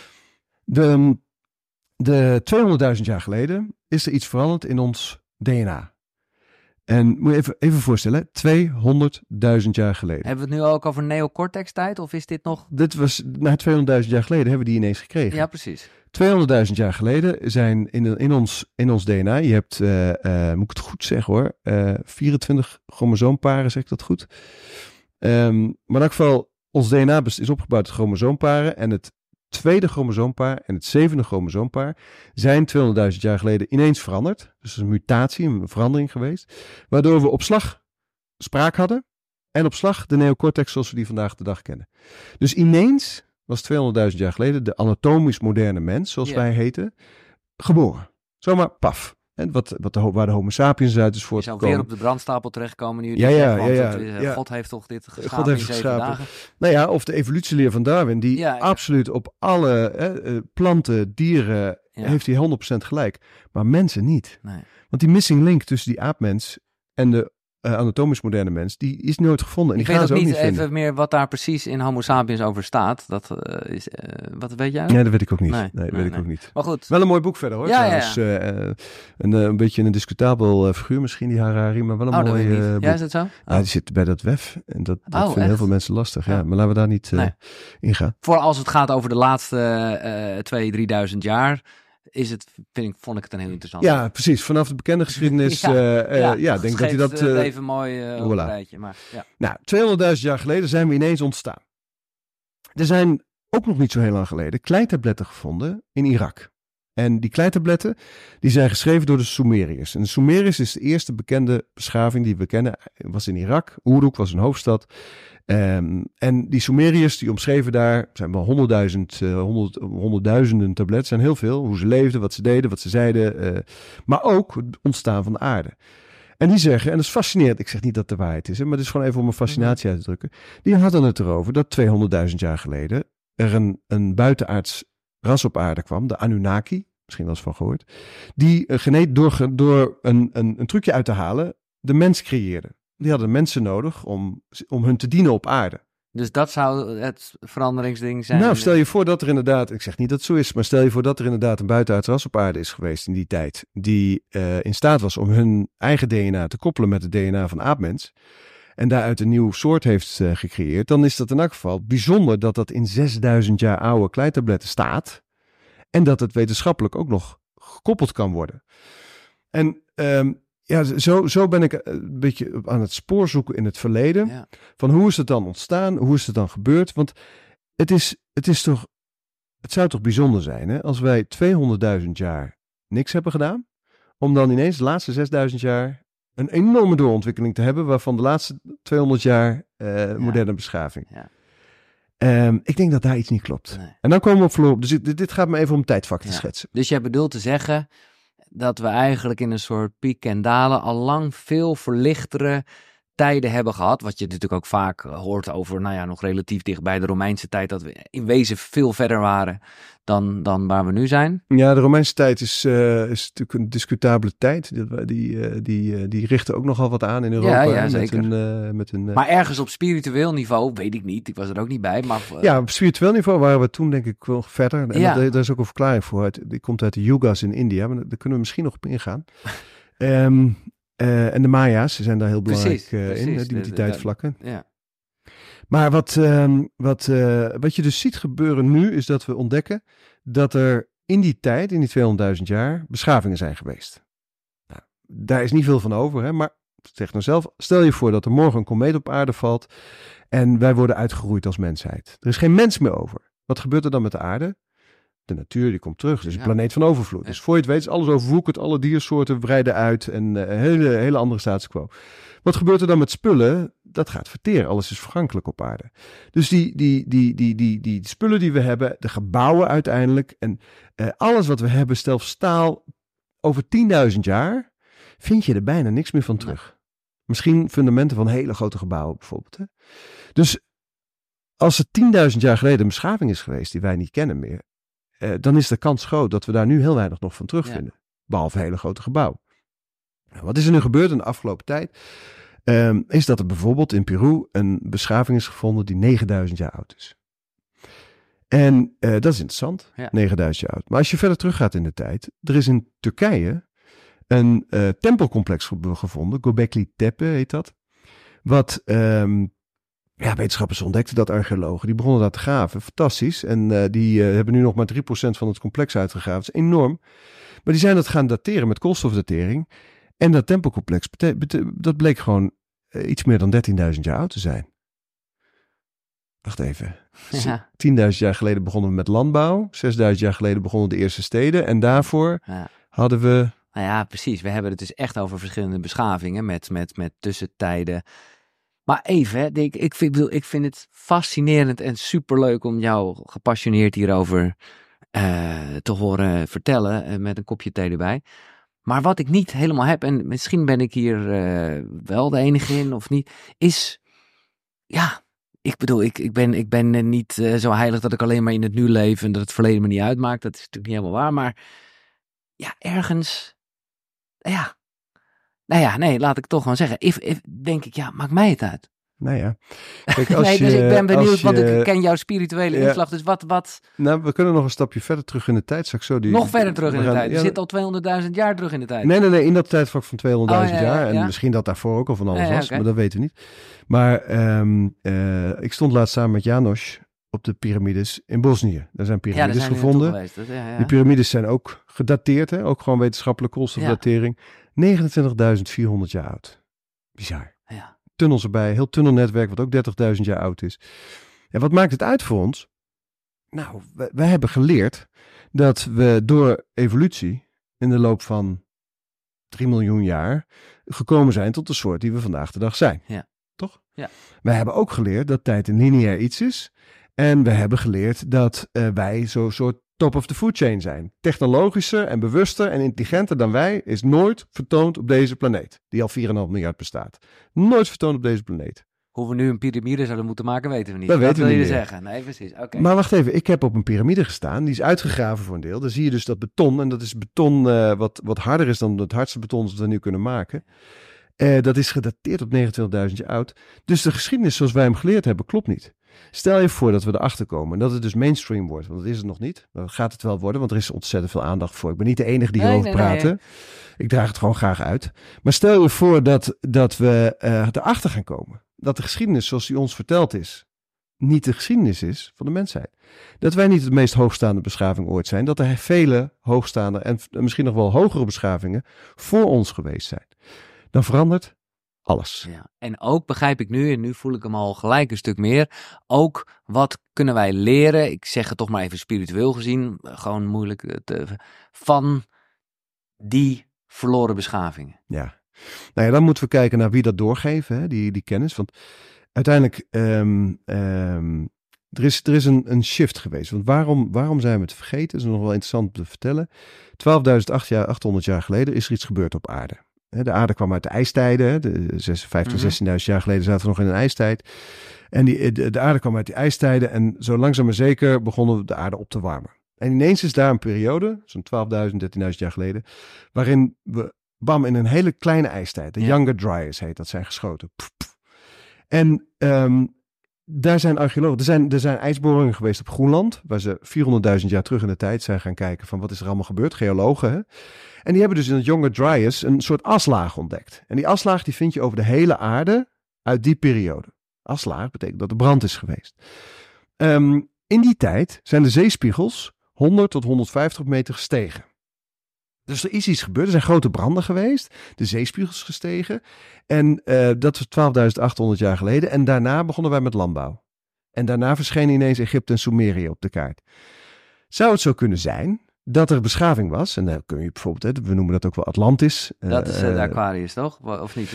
de 200.000 jaar geleden is er iets veranderd in ons DNA. En moet je even voorstellen, 200.000 jaar geleden. Hebben we het nu ook over neocortex-tijd, of is dit nog... Dit was, na 200.000 jaar geleden hebben we die ineens gekregen. Ja, precies. 200.000 jaar geleden zijn in ons DNA, je hebt, moet ik het goed zeggen hoor, 24 chromosoomparen, zeg ik dat goed? Maar in elk geval, ons DNA is opgebouwd uit chromosoomparen en het tweede chromosoompaar en het zevende chromosoompaar zijn 200.000 jaar geleden ineens veranderd. Dus dat is een mutatie, een verandering geweest. Waardoor we op slag spraak hadden en op slag de neocortex zoals we die vandaag de dag kennen. Dus ineens was 200.000 jaar geleden de anatomisch moderne mens, zoals wij heten, geboren. Zomaar paf. En waar de Homo sapiens uit is voortgekomen. Je zou weer op de brandstapel terechtkomen nu. God heeft toch dit geschapen in 7 dagen. Nou ja, of de evolutieleer van Darwin, die absoluut op alle planten, dieren, heeft hij 100% gelijk. Maar mensen niet. Nee. Want die missing link tussen die aapmens en de anatomisch moderne mens, die is nooit gevonden. En ik die gaan ze ook niet vinden. Even meer wat daar precies in Homo sapiens over staat. Dat is, wat weet jij? Nee, dat weet ik ook niet. Nee, weet ik ook niet. Maar goed. Wel een mooi boek verder hoor. Een beetje een discutabel figuur misschien, die Harari, maar wel een mooi boek. Ja, is het zo? Die zit bij dat WEF en dat vinden heel veel mensen lastig. Ja, maar laten we daar niet ingaan. Voor als het gaat over de laatste 2.000-3.000 jaar... vond ik het een heel interessant. Ja, precies. Vanaf de bekende geschiedenis. Denk dat hij dat. Even mooi op een rijtje. Maar, Nou, 200.000 jaar geleden zijn we ineens ontstaan. Er zijn ook nog niet zo heel lang geleden kleitabletten gevonden in Irak. En die kleitabletten die zijn geschreven door de Sumeriërs. En de Sumeriërs is de eerste bekende beschaving die we kennen. Was in Irak. Uruk was een hoofdstad. En die Sumeriërs die omschreven daar, zijn wel honderdduizenden tabletten, zijn heel veel. Hoe ze leefden, wat ze deden, wat ze zeiden. Maar ook het ontstaan van de aarde. En die zeggen, en dat is fascinerend, ik zeg niet dat het de waarheid is, maar het is gewoon even om een fascinatie uit te drukken. Die hadden het erover dat 200.000 jaar geleden er een buitenaards ras op aarde kwam, de Anunnaki, misschien wel eens van gehoord, die door een trucje uit te halen, de mens creëerde. Die hadden mensen nodig om hun te dienen op aarde. Dus dat zou het veranderingsding zijn? Nou, stel je voor dat er inderdaad, ik zeg niet dat het zo is, maar stel je voor dat er inderdaad een buitenaards ras op aarde is geweest in die tijd, die in staat was om hun eigen DNA te koppelen met het DNA van aapmens, en daaruit een nieuw soort heeft gecreëerd, dan is dat in elk geval bijzonder dat dat in 6000 jaar oude kleitabletten staat, en dat het wetenschappelijk ook nog gekoppeld kan worden. En zo ben ik een beetje aan het spoor zoeken in het verleden. Ja. Van hoe is het dan ontstaan? Hoe is het dan gebeurd? Want het zou toch bijzonder zijn, hè? Als wij 200.000 jaar niks hebben gedaan, om dan ineens de laatste 6.000 jaar een enorme doorontwikkeling te hebben, waarvan de laatste 200 jaar moderne beschaving. Ja. Ik denk dat daar iets niet klopt. Nee. En dan komen we op verloren. Dus dit gaat me even om tijdvak te schetsen. Dus jij bedoelt te zeggen dat we eigenlijk in een soort piek en dalen al lang veel verlichtere tijden hebben gehad. Wat je natuurlijk ook vaak hoort over, nog relatief dicht bij de Romeinse tijd, dat we in wezen veel verder waren dan waar we nu zijn. Ja, de Romeinse tijd is natuurlijk een discutabele tijd. Die richten ook nogal wat aan in Europa. Ja, zeker. Met een, maar ergens op spiritueel niveau, weet ik niet, ik was er ook niet bij. Maar, ja, op spiritueel niveau waren we toen denk ik wel verder. En daar is ook een verklaring voor. Die komt uit de Yugas in India, maar daar kunnen we misschien nog op ingaan. En de Maya's zijn daar heel belangrijk in, met die tijdvlakken. Ja. Maar wat je dus ziet gebeuren nu, is dat we ontdekken dat er in die tijd, in die 200.000 jaar, beschavingen zijn geweest. Nou, daar is niet veel van over, hè? Maar zeg nou zelf, stel je voor dat er morgen een komeet op aarde valt en wij worden uitgeroeid als mensheid. Er is geen mens meer over. Wat gebeurt er dan met de aarde? De natuur die komt terug, dus een planeet van overvloed. Dus voor je het weet is alles overwoekerd, alle diersoorten breiden uit en hele andere status quo. Wat gebeurt er dan met spullen? Dat gaat verteren, alles is vergankelijk op aarde. Dus die spullen die we hebben, de gebouwen uiteindelijk en alles wat we hebben, zelfs staal, over 10.000 jaar vind je er bijna niks meer van terug. Misschien fundamenten van hele grote gebouwen bijvoorbeeld. Hè? Dus als er 10.000 jaar geleden een beschaving is geweest die wij niet kennen meer, dan is de kans groot dat we daar nu heel weinig nog van terugvinden. Ja. Behalve hele grote gebouwen. Nou, wat is er nu gebeurd in de afgelopen tijd? Is dat er bijvoorbeeld in Peru een beschaving is gevonden die 9.000 jaar oud is. En dat is interessant, 9.000 jaar oud. Maar als je verder teruggaat in de tijd, er is in Turkije een tempelcomplex gevonden, Göbekli Tepe heet dat. Wat wetenschappers ontdekten, dat archeologen, die begonnen daar te graven. Fantastisch. En die hebben nu nog maar 3% van het complex uitgegraven. Dat is enorm. Maar die zijn dat gaan dateren met koolstofdatering. En dat tempelcomplex, dat bleek gewoon iets meer dan 13.000 jaar oud te zijn. Wacht even. Ja. 10.000 jaar geleden begonnen we met landbouw. 6.000 jaar geleden begonnen de eerste steden. En daarvoor hadden we... Nou ja, precies. We hebben het dus echt over verschillende beschavingen met tussentijden. Maar even, ik vind het fascinerend en superleuk om jou gepassioneerd hierover te horen vertellen met een kopje thee erbij. Maar wat ik niet helemaal heb, en misschien ben ik hier wel de enige in of niet, is, ik bedoel, ik ben niet zo heilig dat ik alleen maar in het nu leef en dat het verleden me niet uitmaakt. Dat is natuurlijk niet helemaal waar, maar ergens, nee, laat ik toch gewoon zeggen. Denk ik, maakt mij het uit. Nou ja. Kijk, dus ik ben benieuwd, want ik ken jouw spirituele inslag. Dus wat... Nou, we kunnen nog een stapje verder terug in de tijd. Nog verder terug in de tijd? Je zit al 200.000 jaar terug in de tijd. Nee, in dat tijdvak van 200.000 jaar. En misschien dat daarvoor ook al van alles was, maar dat weten we niet. Maar ik stond laatst samen met Janos op de piramides in Bosnië. Daar zijn piramides gevonden. Die piramides zijn ook gedateerd, hè? Ook gewoon wetenschappelijke koolstofdatering. 29.400 jaar oud. Bizar. Ja. Tunnels erbij, heel tunnelnetwerk wat ook 30.000 jaar oud is. En wat maakt het uit voor ons? Nou, wij hebben geleerd dat we door evolutie in de loop van 3 miljoen jaar gekomen zijn tot de soort die we vandaag de dag zijn. Ja. Toch? Ja. Wij hebben ook geleerd dat tijd een lineair iets is. En we hebben geleerd dat wij zo'n soort top of the food chain zijn. Technologischer en bewuster en intelligenter dan wij is nooit vertoond op deze planeet. Die al 4,5 miljard bestaat. Nooit vertoond op deze planeet. Hoe we nu een piramide zouden moeten maken, weten we niet. Dat weten we niet zeggen. Nee, precies. Okay. Maar wacht even, ik heb op een piramide gestaan. Die is uitgegraven voor een deel. Dan zie je dus dat beton. En dat is beton wat harder is dan het hardste beton dat we nu kunnen maken. Dat is gedateerd op 29.000 jaar oud. Dus de geschiedenis zoals wij hem geleerd hebben, klopt niet. Stel je voor dat we erachter komen en dat het dus mainstream wordt. Want dat is het nog niet. Dan gaat het wel worden, want er is ontzettend veel aandacht voor. Ik ben niet de enige die hierover praten. Nee. Ik draag het gewoon graag uit. Maar stel je voor dat we erachter gaan komen. Dat de geschiedenis zoals die ons verteld is, niet de geschiedenis is van de mensheid. Dat wij niet de meest hoogstaande beschaving ooit zijn. Dat er vele hoogstaande en misschien nog wel hogere beschavingen voor ons geweest zijn. Dan verandert Alles. Ja. En ook begrijp ik nu, en nu voel ik hem al gelijk een stuk meer, ook wat kunnen wij leren, ik zeg het toch maar even spiritueel gezien, gewoon moeilijk, van die verloren beschavingen. Ja. Nou ja, dan moeten we kijken naar wie dat doorgeven, hè, die kennis. Want uiteindelijk, er is een shift geweest. Want waarom zijn we het vergeten? Dat is nog wel interessant te vertellen. 12.800 jaar geleden is er iets gebeurd op aarde. De aarde kwam uit de ijstijden. 15.000, 16.000 jaar geleden zaten we nog in een ijstijd. En de aarde kwam uit die ijstijden. En zo langzaam maar zeker begonnen we de aarde op te warmen. En ineens is daar een periode, zo'n 12.000, 13.000 jaar geleden, waarin we in een hele kleine ijstijd, de Younger Dryas heet dat, zijn geschoten. En daar zijn archeologen, er zijn ijsboringen geweest op Groenland, waar ze 400.000 jaar terug in de tijd zijn gaan kijken van wat is er allemaal gebeurd, geologen. Hè? En die hebben dus in het Younger Dryas een soort aslaag ontdekt. En die aslaag die vind je over de hele aarde uit die periode. Aslaag betekent dat er brand is geweest. In die tijd zijn de zeespiegels 100 tot 150 meter gestegen. Dus er is iets gebeurd. Er zijn grote branden geweest. De zeespiegel is gestegen. En dat was 12.800 jaar geleden. En daarna begonnen wij met landbouw. En daarna verschenen ineens Egypte en Sumerië op de kaart. Zou het zo kunnen zijn dat er beschaving was? En dan kun je bijvoorbeeld, we noemen dat ook wel Atlantis. Dat is de Aquarius, toch? Of niet?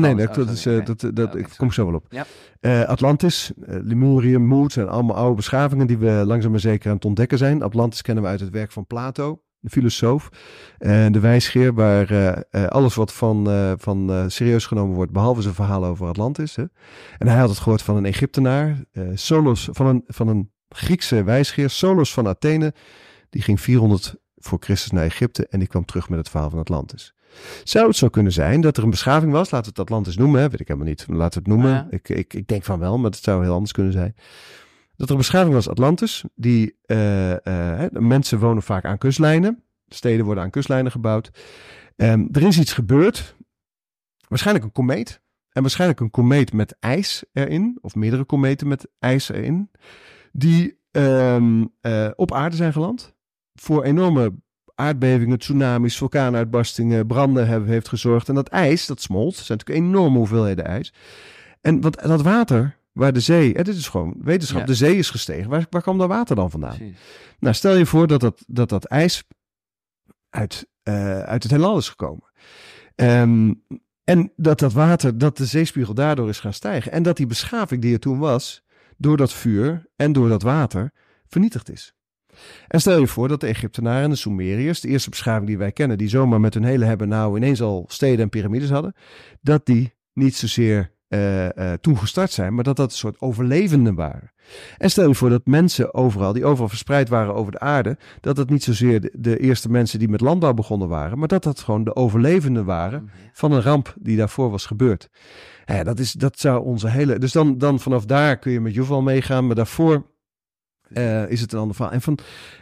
Nee. Ik kom zo wel op. Ja. Atlantis, Lemurië, Moed zijn allemaal oude beschavingen die we langzaam maar zeker aan het ontdekken zijn. Atlantis kennen we uit het werk van Plato, de filosoof. De wijsgeer waar alles wat van serieus genomen wordt, behalve zijn verhaal over Atlantis. Hè. En hij had het gehoord van een Egyptenaar, Solos, van een Griekse wijsgeer, Solos van Athene. Die ging 400 voor Christus naar Egypte en die kwam terug met het verhaal van Atlantis. Zou het zo kunnen zijn dat er een beschaving was, laten we het Atlantis noemen, hè? Weet ik helemaal niet, laten we het noemen. Ja. Ik denk van wel, maar het zou heel anders kunnen zijn. Dat er een beschaving was, Atlantis, die mensen wonen vaak aan kustlijnen. Steden worden aan kustlijnen gebouwd. Er is iets gebeurd, waarschijnlijk een komeet. En waarschijnlijk een komeet met ijs erin, of meerdere kometen met ijs erin, die op aarde zijn geland. Voor enorme aardbevingen, tsunamis, vulkaanuitbarstingen, branden heeft gezorgd. En dat ijs, dat smolt. Dat zijn natuurlijk enorme hoeveelheden ijs. En dat water, waar de zee, dit is gewoon wetenschap, ja. De zee is gestegen. Waar kwam dat water dan vandaan? Precies. Nou, stel je voor dat ijs uit het heelal is gekomen. En dat water, dat de zeespiegel daardoor is gaan stijgen. En dat die beschaving die er toen was, door dat vuur en door dat water, vernietigd is. En stel je voor dat de Egyptenaren en de Sumeriërs, de eerste beschaving die wij kennen, die zomaar met hun hele hebben nou ineens al steden en piramides hadden, dat die niet zozeer toen gestart zijn, maar dat een soort overlevenden waren. En stel je voor dat mensen die overal verspreid waren over de aarde, dat het niet zozeer de eerste mensen die met landbouw begonnen waren, maar dat gewoon de overlevenden waren van een ramp die daarvoor was gebeurd. Ja, dat zou onze hele... Dus dan vanaf daar kun je met Yuval meegaan, maar daarvoor is het een ander verhaal.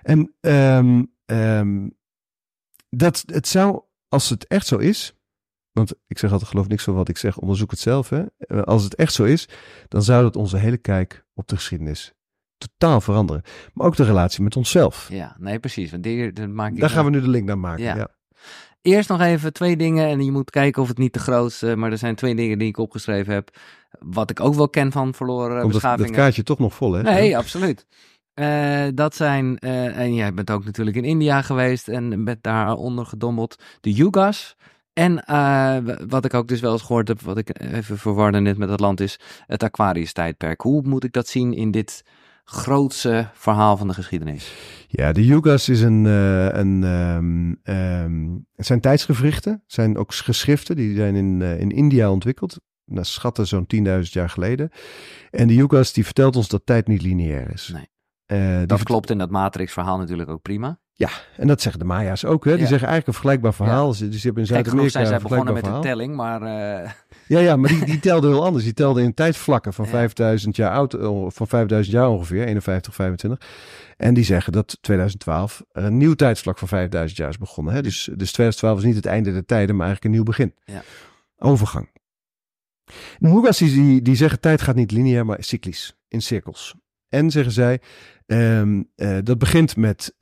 Dat het zou, als het echt zo is, want ik zeg altijd, geloof niks van wat ik zeg, onderzoek het zelf. Hè? Als het echt zo is, dan zou dat onze hele kijk op de geschiedenis totaal veranderen. Maar ook de relatie met onszelf. Ja, nee, precies. Want daar gaan we nu de link naar maken. Ja. Eerst nog even 2 dingen, en je moet kijken of het niet te groot is, maar er zijn 2 dingen die ik opgeschreven heb, wat ik ook wel ken van verloren beschavingen. Dat kaartje toch nog vol, hè? Nee, absoluut. Dat zijn, en jij bent ook natuurlijk in India geweest en bent daaronder gedompeld, de Yugas. En wat ik ook dus wel eens gehoord heb, wat ik even verwarde net met Atlantis, het Aquarius-tijdperk. Hoe moet ik dat zien in dit grootste verhaal van de geschiedenis? Ja, de Yugas is het zijn tijdsgewrichten, het zijn ook geschriften, die zijn in India ontwikkeld. Naar schatten zo'n 10.000 jaar geleden. En de Yugas die vertelt ons dat tijd niet lineair is. Nee. Dat klopt in dat Matrix-verhaal natuurlijk ook prima. Ja, en dat zeggen de Maya's ook. Hè? Die zeggen eigenlijk een vergelijkbaar verhaal. Ja. Dus hebben in Zuid-Amerika zijn zij begonnen met de telling, maar... Ja, maar die telde heel anders. Die telde in tijdvlakken van 5000 jaar oud, van 5000 jaar ongeveer, 51, 25. En die zeggen dat 2012 een nieuw tijdsvlak van 5000 jaar is begonnen. Hè? Dus 2012 is niet het einde der tijden, maar eigenlijk een nieuw begin. Ja. Overgang. De Yugas die zeggen tijd gaat niet lineair, maar cyclisch, in cirkels. En zeggen zij, dat begint met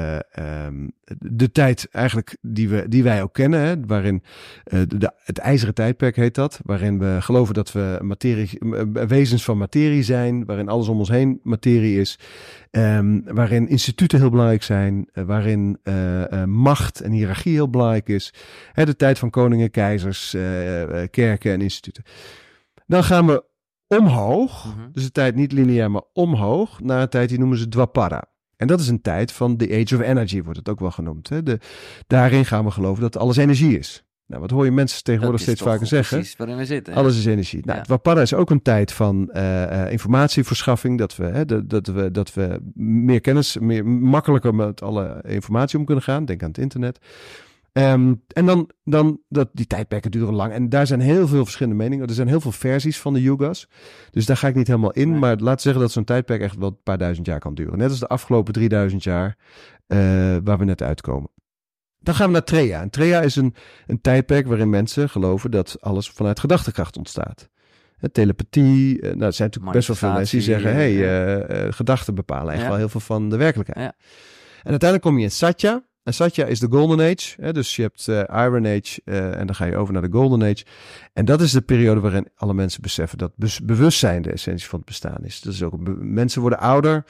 de tijd eigenlijk die wij ook kennen, hè, waarin het ijzeren tijdperk heet dat, waarin we geloven dat we wezens van materie zijn, waarin alles om ons heen materie is, waarin instituten heel belangrijk zijn, waarin macht en hiërarchie heel belangrijk is, hè, de tijd van koningen, keizers, kerken en instituten. Dan gaan we omhoog, dus de tijd niet lineair, maar omhoog, naar een tijd die noemen ze Dwapara. En dat is een tijd van the Age of Energy, wordt het ook wel genoemd. Hè? Daarin gaan we geloven dat alles energie is. Nou, wat hoor je mensen tegenwoordig steeds vaker zeggen? Precies waarin we zitten. Alles is energie. Nou, Dwapara is ook een tijd van informatieverschaffing, dat we meer kennis, makkelijker met alle informatie om kunnen gaan. Denk aan het internet. En dan die tijdperken duren lang. En daar zijn heel veel verschillende meningen. Er zijn heel veel versies van de yugas. Dus daar ga ik niet helemaal in. Nee. Maar laten we zeggen dat zo'n tijdperk echt wel een paar duizend jaar kan duren. Net als de afgelopen 3000 jaar waar we net uitkomen. Dan gaan we naar Treya. En Treya is een tijdperk waarin mensen geloven dat alles vanuit gedachtekracht ontstaat. Telepathie. Er zijn natuurlijk best wel veel mensen die zeggen, gedachten bepalen echt wel heel veel van de werkelijkheid. Ja. En uiteindelijk kom je in Satya. En Satya is de Golden Age. Hè? Dus je hebt Iron Age en dan ga je over naar de Golden Age. En dat is de periode waarin alle mensen beseffen dat bewustzijn de essentie van het bestaan is. Dus ook mensen worden ouder.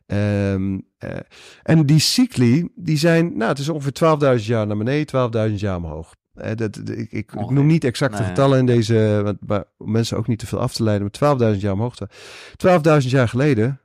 En die cycli, die zijn, het is ongeveer 12.000 jaar naar beneden, 12.000 jaar omhoog. Ik noem niet exacte getallen in deze, om mensen ook niet te veel af te leiden, maar 12.000 jaar omhoog. 12.000 jaar geleden,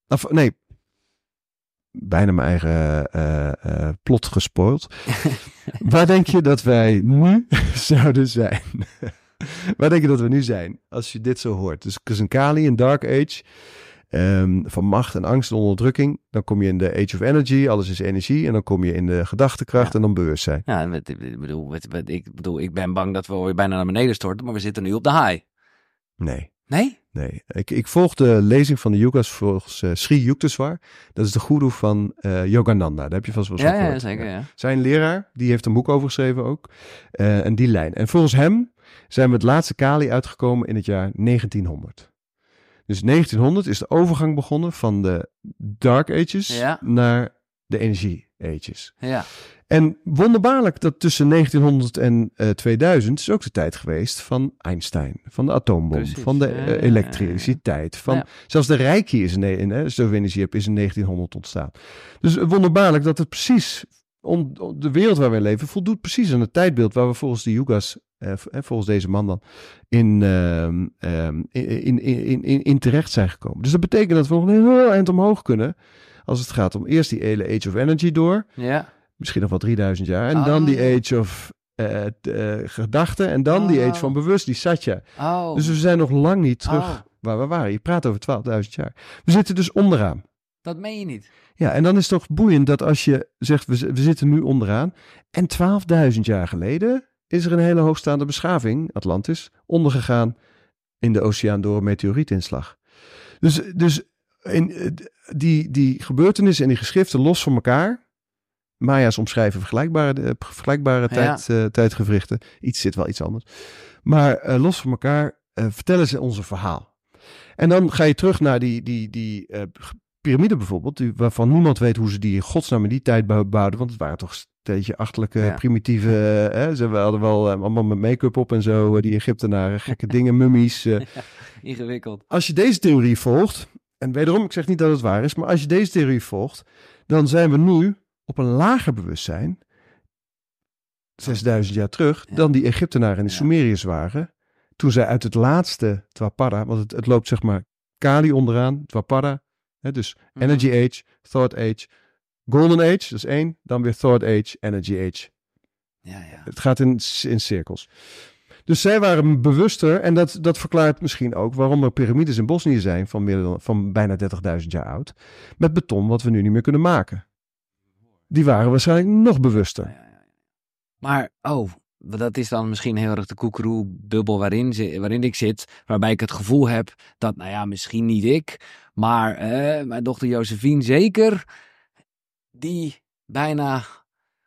bijna mijn eigen plot gespoild. Waar denk je dat wij nu zouden zijn? Waar denk je dat we nu zijn als je dit zo hoort? Dus Kusankali, een Dark Age, van macht en angst en onderdrukking. Dan kom je in de Age of Energy, alles is energie. En dan kom je in de gedachtekracht en dan bewustzijn. Ja, ik bedoel, ik ben bang dat we weer bijna naar beneden storten, maar we zitten nu op de high. Nee. Nee? Nee. Ik volg de lezing van de yugas volgens Sri Yukteswar. Dat is de goeroe van Yogananda. Daar heb je vast wel eens gehoord. Ja, zeker. Ja. Zijn leraar, die heeft een boek over geschreven ook. En die lijn. En volgens hem zijn we het laatste Kali uitgekomen in het jaar 1900. Dus 1900 is de overgang begonnen van de Dark Ages naar de Energie Ages. Ja. En wonderbaarlijk dat tussen 1900 en 2000 is ook de tijd geweest van Einstein, van de atoombom, precies, van de elektriciteit. Van, zelfs de Reiki is zoveel energie heb, is in 1900 ontstaan. Dus wonderbaarlijk dat het precies, de wereld waar we leven, voldoet precies aan het tijdbeeld waar we volgens de yugas, volgens deze man dan, in terecht zijn gekomen. Dus dat betekent dat we nog een heel eind omhoog kunnen als het gaat om eerst die hele Age of Energy door. Ja. Misschien nog wel 3000 jaar. En dan die Age of gedachten. En dan die Age van bewust, die Satya. Dus we zijn nog lang niet terug waar we waren. Je praat over 12.000 jaar. We zitten dus onderaan. Dat meen je niet. Ja, en dan is het toch boeiend dat als je zegt, we zitten nu onderaan. En 12.000 jaar geleden is er een hele hoogstaande beschaving, Atlantis, ondergegaan in de oceaan door een meteorietinslag. Dus die gebeurtenissen en die geschriften los van elkaar. Maya's omschrijven vergelijkbare tijdgewrichten. Iets zit wel iets anders. Maar los van elkaar vertellen ze ons een verhaal. En dan ga je terug naar die piramide bijvoorbeeld. Waarvan niemand weet hoe ze die in godsnaam in die tijd bouwden. Want het waren toch steeds achterlijke, primitieve... ze hadden wel allemaal met make-up op en zo. Die Egyptenaren, gekke dingen, mummies. Ingewikkeld. Als je deze theorie volgt... En wederom, ik zeg niet dat het waar is. Maar als je deze theorie volgt... Dan zijn we nu op een lager bewustzijn, 6000 jaar terug, dan die Egyptenaren en de Sumeriërs waren, toen zij uit het laatste Dwapara, want het loopt zeg maar Kali onderaan, Dwapara, dus Energy Age, Thought Age, Golden Age, dat is 1, dan weer Thought Age, Energy Age. Ja. Het gaat in cirkels. Dus zij waren bewuster en dat verklaart misschien ook waarom er piramides in Bosnië zijn van bijna 30.000 jaar oud, met beton wat we nu niet meer kunnen maken. Die waren waarschijnlijk nog bewuster. Maar, dat is dan misschien heel erg de koekeroe-bubbel waarin ik zit. Waarbij ik het gevoel heb dat, misschien niet ik. Maar mijn dochter Josephine zeker. Die bijna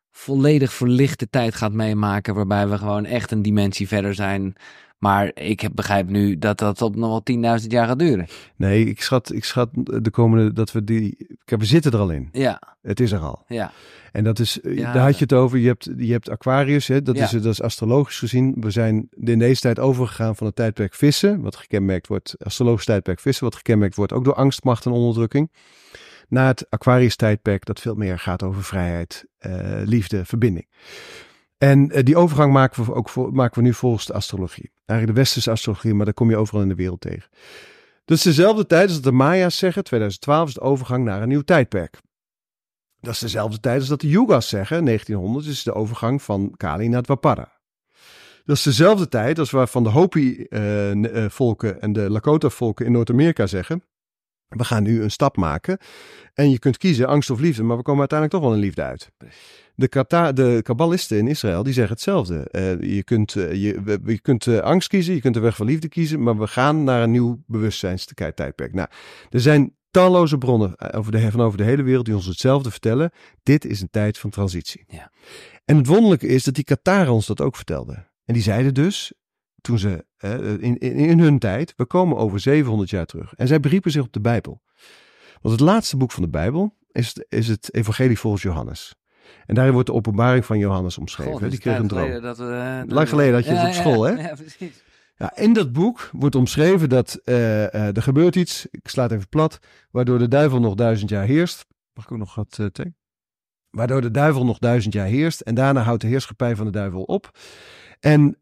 volledig verlichte tijd gaat meemaken, waarbij we gewoon echt een dimensie verder zijn. Maar ik begrijp nu dat dat op nog wel 10.000 jaar gaat duren. Nee, ik schat de komende, dat we we zitten er al in. Ja. Het is er al. Ja. En dat is, daar had je het over, je hebt Aquarius, hè? Dat is astrologisch gezien. We zijn in deze tijd overgegaan van het tijdperk vissen, wat gekenmerkt wordt, astrologisch tijdperk vissen, wat gekenmerkt wordt ook door angst, macht en onderdrukking, naar het Aquarius tijdperk, dat veel meer gaat over vrijheid, liefde, verbinding. En die overgang maken we nu volgens de astrologie. Eigenlijk de westerse astrologie, maar daar kom je overal in de wereld tegen. Dat is dezelfde tijd als de Maya's zeggen, 2012 is de overgang naar een nieuw tijdperk. Dat is dezelfde tijd als dat de Yugas zeggen, 1900 is de overgang van Kali naar Dwapara. Dat is dezelfde tijd als waarvan de Hopi-volken en de Lakota-volken in Noord-Amerika zeggen, we gaan nu een stap maken en je kunt kiezen angst of liefde, maar we komen uiteindelijk toch wel in liefde uit. De kabbalisten in Israël, die zeggen hetzelfde. Je kunt angst kiezen, je kunt de weg van liefde kiezen, maar we gaan naar een nieuw bewustzijnstijdperk. Nou, er zijn talloze bronnen van over de hele wereld die ons hetzelfde vertellen. Dit is een tijd van transitie. Ja. En het wonderlijke is dat die Kataren ons dat ook vertelden. En die zeiden dus, toen ze in hun tijd, we komen over 700 jaar terug. En zij beriepen zich op de Bijbel. Want het laatste boek van de Bijbel is het Evangelie volgens Johannes. En daarin wordt de openbaring van Johannes omschreven. God, die kreeg een droom. Lang geleden had je het op school, hè? Ja, precies. Ja, in dat boek wordt omschreven dat er gebeurt iets, ik sla het even plat, waardoor de duivel nog 1000 jaar heerst. Mag ik ook nog wat tekenen? Waardoor de duivel nog 1000 jaar heerst en daarna houdt de heerschappij van de duivel op. En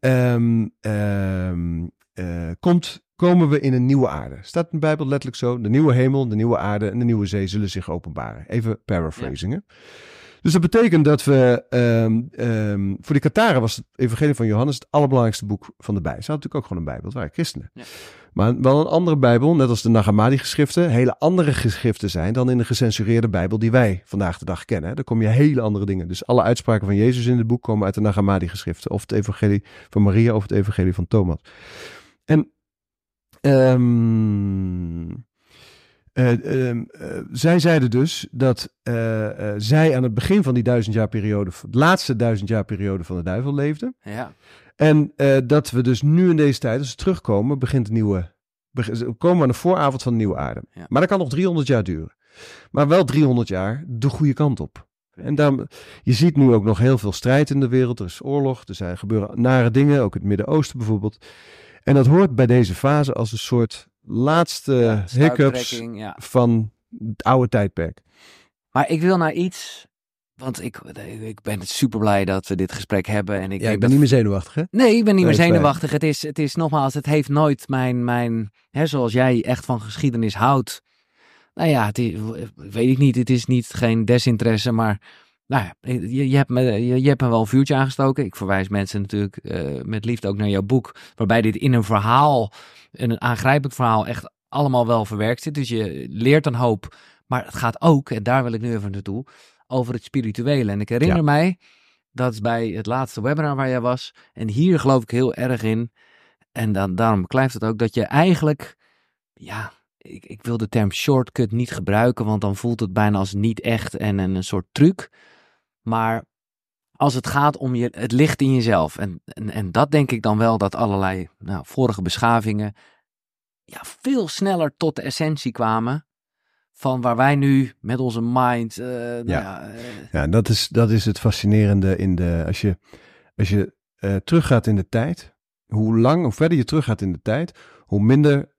komen we in een nieuwe aarde. Staat in de Bijbel letterlijk zo, de nieuwe hemel, de nieuwe aarde en de nieuwe zee zullen zich openbaren. Even paraphrasing, hè? Dus dat betekent dat we, voor de Kataren was het Evangelie van Johannes het allerbelangrijkste boek van de Bijbel. Ze hadden natuurlijk ook gewoon een Bijbel, het waren christenen. Ja. Maar wel een andere Bijbel, net als de Nag Hammadi-geschriften, hele andere geschriften zijn dan in de gecensureerde Bijbel die wij vandaag de dag kennen. Daar kom je hele andere dingen. Dus alle uitspraken van Jezus in het boek komen uit de Nag Hammadi-geschriften. Of het Evangelie van Maria of het Evangelie van Thomas. En zij zeiden dus dat zij aan het begin van die 1000 jaar periode, de laatste 1000 jaar periode van de duivel leefden. Ja. En dat we dus nu in deze tijd, als we terugkomen, komen we aan de vooravond van de nieuwe aarde. Ja. Maar dat kan nog 300 jaar duren. Maar wel 300 jaar de goede kant op. En je ziet nu ook nog heel veel strijd in de wereld. Er is oorlog, er gebeuren nare dingen, ook in het Midden-Oosten bijvoorbeeld. En dat hoort bij deze fase als een soort laatste hiccups van het oude tijdperk. Maar ik wil naar iets, want ik ben super blij dat we dit gesprek hebben. En ik ben niet meer zenuwachtig, hè? Nee, ik ben niet meer zenuwachtig. Het is nogmaals, het heeft nooit mijn zoals jij echt van geschiedenis houdt. Nou ja, weet ik niet, het is geen desinteresse, maar nou ja, je hebt me wel een vuurtje aangestoken. Ik verwijs mensen natuurlijk met liefde ook naar jouw boek, waarbij dit in een aangrijpend verhaal echt allemaal wel verwerkt zit. Dus je leert een hoop, maar het gaat ook, en daar wil ik nu even naartoe, over het spirituele. En ik herinner mij, dat is bij het laatste webinar waar jij was, en hier geloof ik heel erg in, en daarom beklijft het ook, dat je eigenlijk, ik wil de term shortcut niet gebruiken, want dan voelt het bijna als niet echt en een soort truc. Maar als het gaat om het licht in jezelf. En dat denk ik dan wel dat allerlei vorige beschavingen veel sneller tot de essentie kwamen van waar wij nu met onze mind... dat is het fascinerende als je teruggaat in de tijd. Hoe verder je teruggaat in de tijd, hoe minder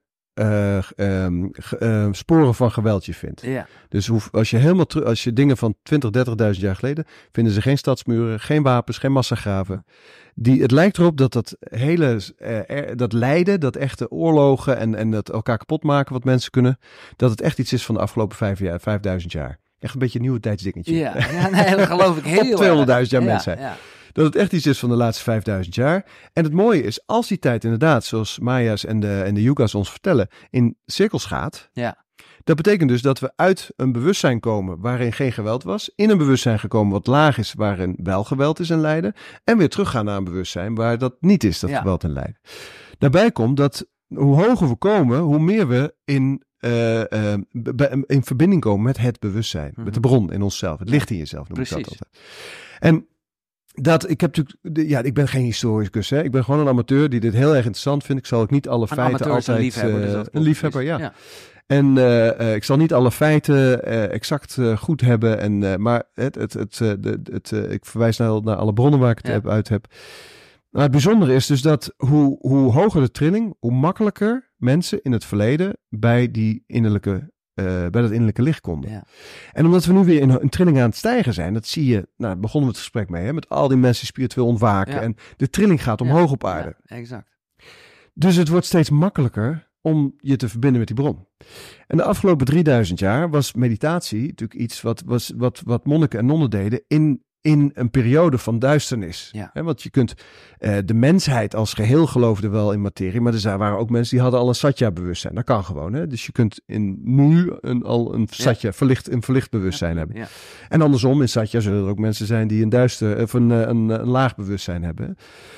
sporen van geweld je vindt. Ja. Dus als je dingen van 20.000, 30.000 jaar geleden, vinden ze geen stadsmuren, geen wapens, geen massagraven. Het lijkt erop dat dat lijden, dat echte oorlogen en dat elkaar kapot maken wat mensen kunnen, dat het echt iets is van de afgelopen 5000 jaar. Echt een beetje een nieuwe tijdsdingetje. Ja, nee, dat geloof ik heel op 200.000 jaar mensheid. Ja. Dat het echt iets is van de laatste 5000 jaar. En het mooie is, als die tijd inderdaad, zoals Maya's en de Yugas ons vertellen, in cirkels gaat. Ja. Dat betekent dus dat we uit een bewustzijn komen waarin geen geweld was. In een bewustzijn gekomen wat laag is, waarin wel geweld is en lijden. En weer teruggaan naar een bewustzijn waar dat niet is, dat geweld en lijden. Daarbij komt dat hoe hoger we komen, hoe meer we in verbinding komen met het bewustzijn. Met de bron in onszelf. Het licht in jezelf noem ik dat altijd. En ik heb natuurlijk, ik ben geen historicus, hè. Ik ben gewoon een amateur die dit heel erg interessant vindt. Ik zal ook niet alle feiten altijd... Een liefhebber, dus een liefhebber, ja. En ik zal niet alle feiten exact goed hebben. Maar ik verwijs naar alle bronnen waar ik het uit heb. Maar het bijzondere is dus dat hoe hoger de trilling, hoe makkelijker mensen in het verleden bij dat innerlijke licht konden. Ja. En omdat we nu weer in een trilling aan het stijgen zijn, dat zie je, daar begonnen we het gesprek mee, hè, met al die mensen die spiritueel ontwaken. Ja. En de trilling gaat omhoog op aarde. Ja, exact. Dus het wordt steeds makkelijker om je te verbinden met die bron. En de afgelopen 3000 jaar was meditatie natuurlijk iets wat monniken en nonnen deden in een periode van duisternis. Ja. Want je kunt de mensheid als geheel geloofde wel in materie, maar er waren ook mensen die hadden al een satya-bewustzijn. Dat kan gewoon. Hè? Dus je kunt nu al een satya, verlicht bewustzijn hebben. Ja. En andersom, in satya zullen er ook mensen zijn die een laag bewustzijn hebben.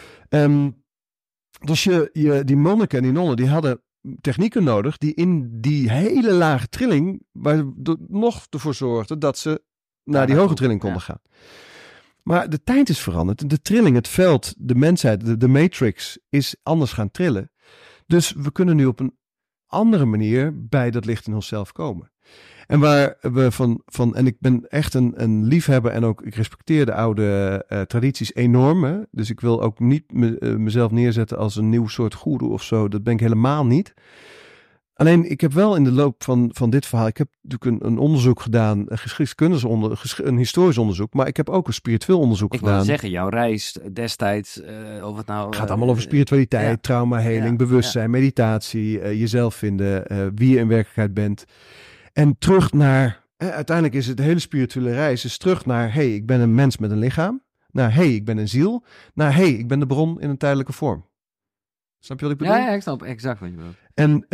Dus die monniken en die nonnen, die hadden technieken nodig die in die hele lage trilling nog ervoor zorgden dat ze naar die hoge trilling konden gaan. Maar de tijd is veranderd. De trilling, het veld, de mensheid, de matrix is anders gaan trillen. Dus we kunnen nu op een andere manier bij dat licht in onszelf komen. En waar we en ik ben echt een liefhebber en ook ik respecteer de oude tradities enorm. Hè? Dus ik wil ook niet mezelf neerzetten als een nieuw soort goeroe of zo. Dat ben ik helemaal niet. Alleen, ik heb wel in de loop van dit verhaal, ik heb natuurlijk een onderzoek gedaan, een historisch onderzoek, maar ik heb ook een spiritueel onderzoek gedaan. Ik wil zeggen, jouw reis destijds, of het nou... Het gaat allemaal over spiritualiteit, traumaheling, bewustzijn, meditatie, jezelf vinden, wie je in werkelijkheid bent. En terug naar, uiteindelijk is het de hele spirituele reis, is terug naar, ik ben een mens met een lichaam, naar, ik ben een ziel, naar, ik ben de bron in een tijdelijke vorm. Snap je wat ik bedoel? Ja, ik snap exact wat je bedoelt. En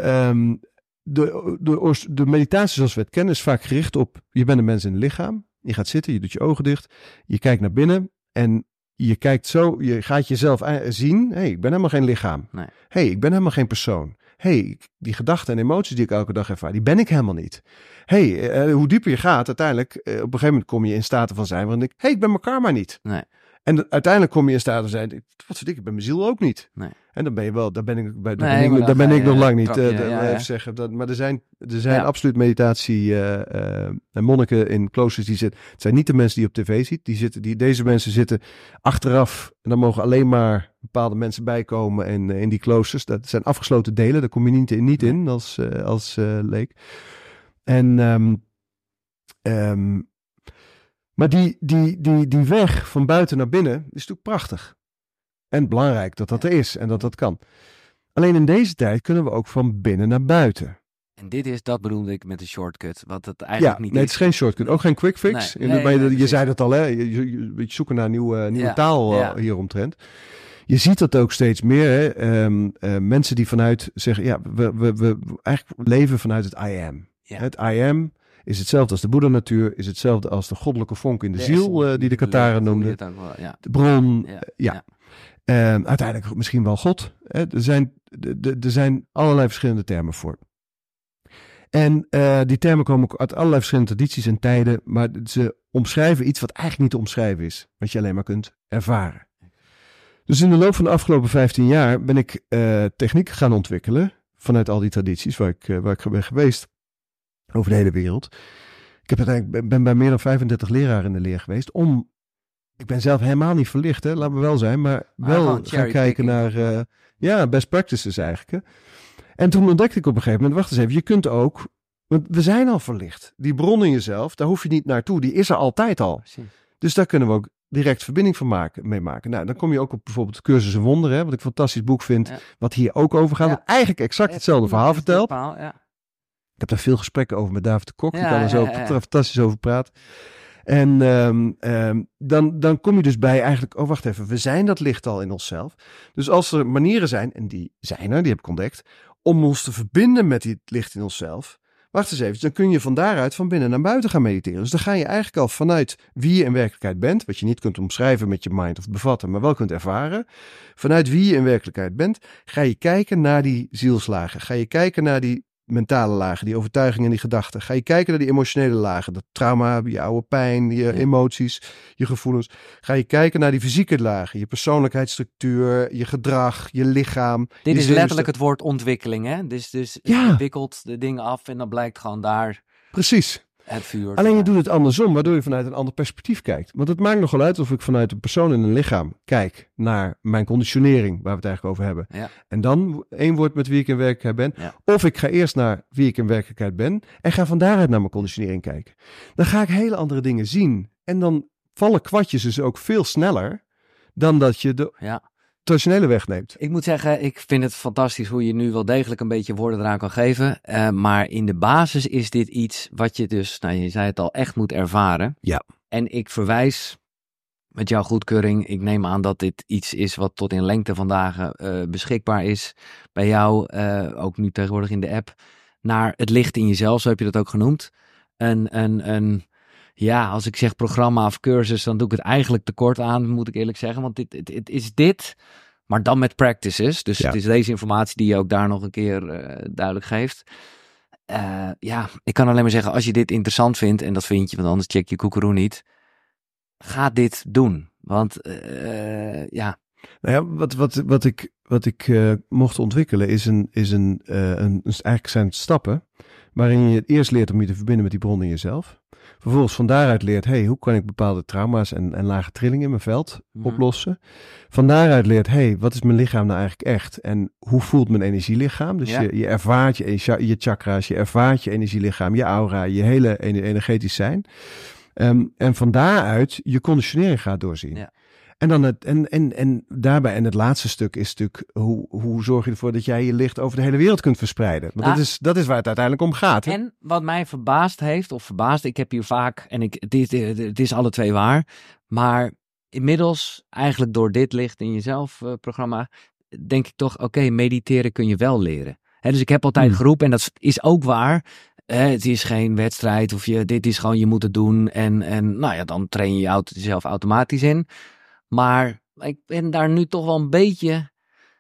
de meditatie zoals we het kennen is vaak gericht op, je bent een mens in een lichaam, je gaat zitten, je doet je ogen dicht, je kijkt naar binnen en je kijkt zo, je gaat jezelf zien, ik ben helemaal geen lichaam. Nee. Ik ben helemaal geen persoon. Die gedachten en emoties die ik elke dag ervaar, die ben ik helemaal niet. Hoe dieper je gaat, uiteindelijk, op een gegeven moment kom je in staten van zijn waarin ik ben mijn karma niet. Nee. En uiteindelijk kom je in staat van zijn, ik ben mijn ziel ook niet. Nee. En dan ben je wel, daar ben ik nog lang niet. Even zeggen, maar er zijn absoluut meditatie monniken in kloosters die zitten. Het zijn niet de mensen die je op tv ziet. Deze mensen zitten achteraf en dan mogen alleen maar bepaalde mensen bijkomen in die kloosters. Dat zijn afgesloten delen, daar kom je niet in als leek. Maar die weg van buiten naar binnen is natuurlijk prachtig. En belangrijk dat er is en dat kan. Alleen in deze tijd kunnen we ook van binnen naar buiten. En dat bedoelde ik met een shortcut, wat het eigenlijk niet is. Nee, het is geen shortcut. Ook geen quick fix. Je zei dat al, hè. Je zoeken naar nieuwe taal hieromtrent. Je ziet dat ook steeds meer. Hè? Mensen die vanuit zeggen, we eigenlijk leven vanuit het I am. Ja. Het I am is hetzelfde als de Boeddha-natuur, is hetzelfde als de goddelijke vonk in de ziel, die de Kataren noemden. De bron, uiteindelijk misschien wel God. Hè? Er zijn allerlei verschillende termen voor. En die termen komen ook uit allerlei verschillende tradities en tijden, maar ze omschrijven iets wat eigenlijk niet te omschrijven is, wat je alleen maar kunt ervaren. Dus in de loop van de afgelopen 15 jaar ben ik technieken gaan ontwikkelen vanuit al die tradities waar ik ben geweest over de hele wereld. Ik ben bij meer dan 35 leraren in de leer geweest ik ben zelf helemaal niet verlicht, hè, laat me wel zijn, maar wel gaan kijken naar best practices eigenlijk. Hè. En toen ontdekte ik op een gegeven moment, wacht eens even, je kunt ook, want we zijn al verlicht. Die bron in jezelf, daar hoef je niet naartoe, die is er altijd al. Precies. Dus daar kunnen we ook direct verbinding mee maken. Nou, dan kom je ook op bijvoorbeeld Cursus in Wonderen, wat ik een fantastisch boek vind, wat hier ook over gaat. Wat eigenlijk exact hetzelfde verhaal vertelt. Ik heb daar veel gesprekken over met David de Kok, die kan er zo fantastisch over praten. En dan kom je dus bij eigenlijk, wacht even, we zijn dat licht al in onszelf. Dus als er manieren zijn, en die zijn er, die heb ik ontdekt, om ons te verbinden met die licht in onszelf. Wacht eens even, dan kun je van daaruit van binnen naar buiten gaan mediteren. Dus dan ga je eigenlijk al vanuit wie je in werkelijkheid bent, wat je niet kunt omschrijven met je mind of bevatten, maar wel kunt ervaren. Vanuit wie je in werkelijkheid bent, ga je kijken naar die zielslagen. Ga je kijken naar die mentale lagen, die overtuigingen en die gedachten. Ga je kijken naar die emotionele lagen, dat trauma, je oude pijn, je emoties, je gevoelens. Ga je kijken naar die fysieke lagen, je persoonlijkheidsstructuur, je gedrag, je lichaam. Dit is letterlijk het woord ontwikkeling, hè? Dus Ja. ontwikkelt de dingen af en dan blijkt gewoon daar Precies. het vuur. Alleen je doet het andersom, waardoor je vanuit een ander perspectief kijkt. Want het maakt nogal uit of ik vanuit een persoon in een lichaam kijk naar mijn conditionering, waar we het eigenlijk over hebben. Ja. En dan één woord met wie ik in werkelijkheid ben. Ja. Of ik ga eerst naar wie ik in werkelijkheid ben en ga van daaruit naar mijn conditionering kijken. Dan ga ik hele andere dingen zien. En dan vallen kwartjes dus ook veel sneller dan dat je de traditionele weg neemt. Ik moet zeggen, ik vind het fantastisch hoe je nu wel degelijk een beetje woorden eraan kan geven. Maar in de basis is dit iets wat je dus, nou je zei het al, echt moet ervaren. Ja. En ik verwijs met jouw goedkeuring, ik neem aan dat dit iets is wat tot in lengte van dagen beschikbaar is. Bij jou, ook nu tegenwoordig in de app, naar het licht in jezelf, zo heb je dat ook genoemd. Ja, als ik zeg programma of cursus, dan doe ik het eigenlijk tekort aan, moet ik eerlijk zeggen. Want het is dit, maar dan met practices. Dus het is deze informatie die je ook daar nog een keer duidelijk geeft. Ik kan alleen maar zeggen, als je dit interessant vindt, en dat vind je, want anders check je Koekeroe niet. Ga dit doen. Want, Nou ja, wat ik mocht ontwikkelen is eigenlijk zijn stappen waarin je het eerst leert om je te verbinden met die bron in jezelf. Vervolgens van daaruit leert, hoe kan ik bepaalde trauma's en lage trillingen in mijn veld oplossen. Van daaruit leert, wat is mijn lichaam nou eigenlijk echt? En hoe voelt mijn energielichaam? Dus je ervaart je chakra's, je ervaart je energielichaam, je aura, je hele energetisch zijn. En van daaruit je conditionering gaat doorzien. Ja. En dan daarbij, en het laatste stuk is natuurlijk, hoe zorg je ervoor dat jij je licht over de hele wereld kunt verspreiden? Want dat is waar het uiteindelijk om gaat. Hè? En wat mij verbaasd, ik heb hier vaak, en het is alle twee waar, maar inmiddels, eigenlijk door dit licht in jezelf programma, denk ik toch, oké, mediteren kun je wel leren. Dus ik heb altijd geroepen, en dat is ook waar, het is geen wedstrijd, of dit is gewoon, je moet het doen, en dan train je jezelf automatisch in. Maar ik ben daar nu toch wel een beetje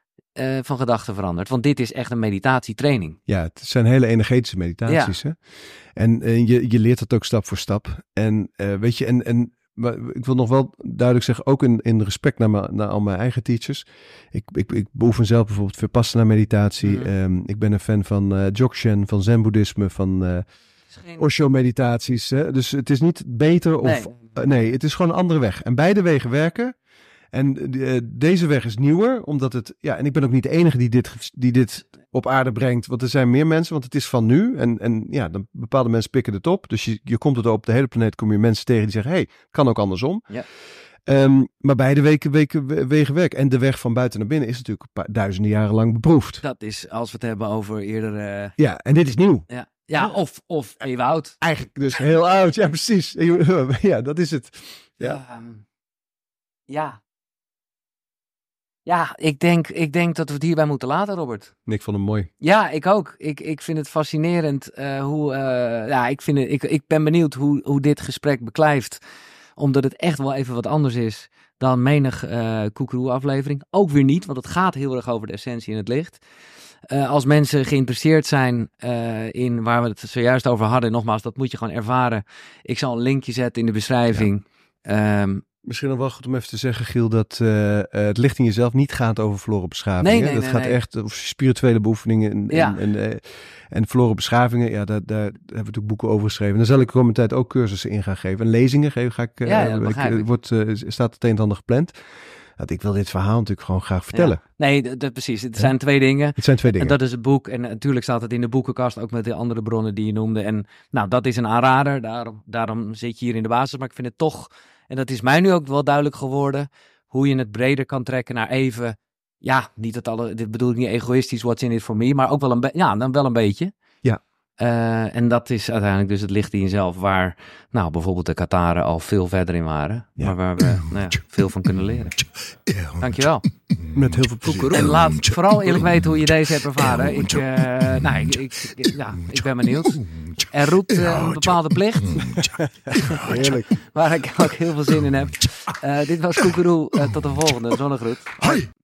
van gedachten veranderd. Want dit is echt een meditatietraining. Ja, het zijn hele energetische meditaties. Ja. Hè? En je leert het ook stap voor stap. En weet je, maar ik wil nog wel duidelijk zeggen, ook in respect naar al mijn eigen teachers. Ik beoefen zelf bijvoorbeeld Vipassana meditatie. Ik ben een fan van Dzogchen, van Zen-boeddhisme, van Osho-meditaties. Dus het is niet beter of... Nee, het is gewoon een andere weg. En beide wegen werken. En deze weg is nieuwer, omdat het... Ja, en ik ben ook niet de enige die dit op aarde brengt. Want er zijn meer mensen, want het is van nu. En dan bepaalde mensen pikken het op. Dus je komt het op de hele planeet, kom je mensen tegen die zeggen... kan ook andersom. Ja. Maar beide wegen werken. En de weg van buiten naar binnen is natuurlijk duizenden jaren lang beproefd. Dat is, als we het hebben over eerder... Ja, en dit is nieuw. Ja. Ja, of even oud. Eigenlijk dus heel oud, ja precies. Ja, dat is het. Ja, ik denk dat we het hierbij moeten laten, Robert. Ik vond hem mooi. Ja, ik ook. Ik vind het fascinerend ik ben benieuwd hoe dit gesprek beklijft. Omdat het echt wel even wat anders is dan menig Koekeroe-aflevering. Ook weer niet, want het gaat heel erg over de essentie in het licht. Als mensen geïnteresseerd zijn in waar we het zojuist over hadden, nogmaals, dat moet je gewoon ervaren. Ik zal een linkje zetten in de beschrijving. Ja. Misschien nog wel goed om even te zeggen, Giel, dat het licht in jezelf niet gaat over verloren beschavingen. Nee, dat gaat echt over spirituele beoefeningen en verloren beschavingen. Ja, daar hebben we natuurlijk boeken over geschreven. Daar zal ik de komende tijd ook cursussen in gaan geven. En lezingen ga ik. Staat het een en ander gepland. Ik wil dit verhaal natuurlijk gewoon graag vertellen. Ja. Nee, precies. Het zijn twee dingen. Het zijn twee dingen. En dat is het boek. En natuurlijk staat het in de boekenkast, ook met de andere bronnen die je noemde. En dat is een aanrader. Daarom zit je hier in de basis. Maar ik vind het toch, en dat is mij nu ook wel duidelijk geworden, hoe je het breder kan trekken naar even, dit bedoel ik niet egoïstisch, what's in it for me, maar ook wel dan wel een beetje. Ja. En dat is uiteindelijk dus het licht in jezelf, waar bijvoorbeeld de Kataren al veel verder in waren. Ja. Maar waar we veel van kunnen leren. Dankjewel. Met heel veel plezier. En laat vooral eerlijk weten hoe je deze hebt ervaren. Ik ben benieuwd. Er roept een bepaalde plicht. Heerlijk. Waar ik ook heel veel zin in heb. Dit was Koekeroe. Tot de volgende. Zonnegroet. Hoi.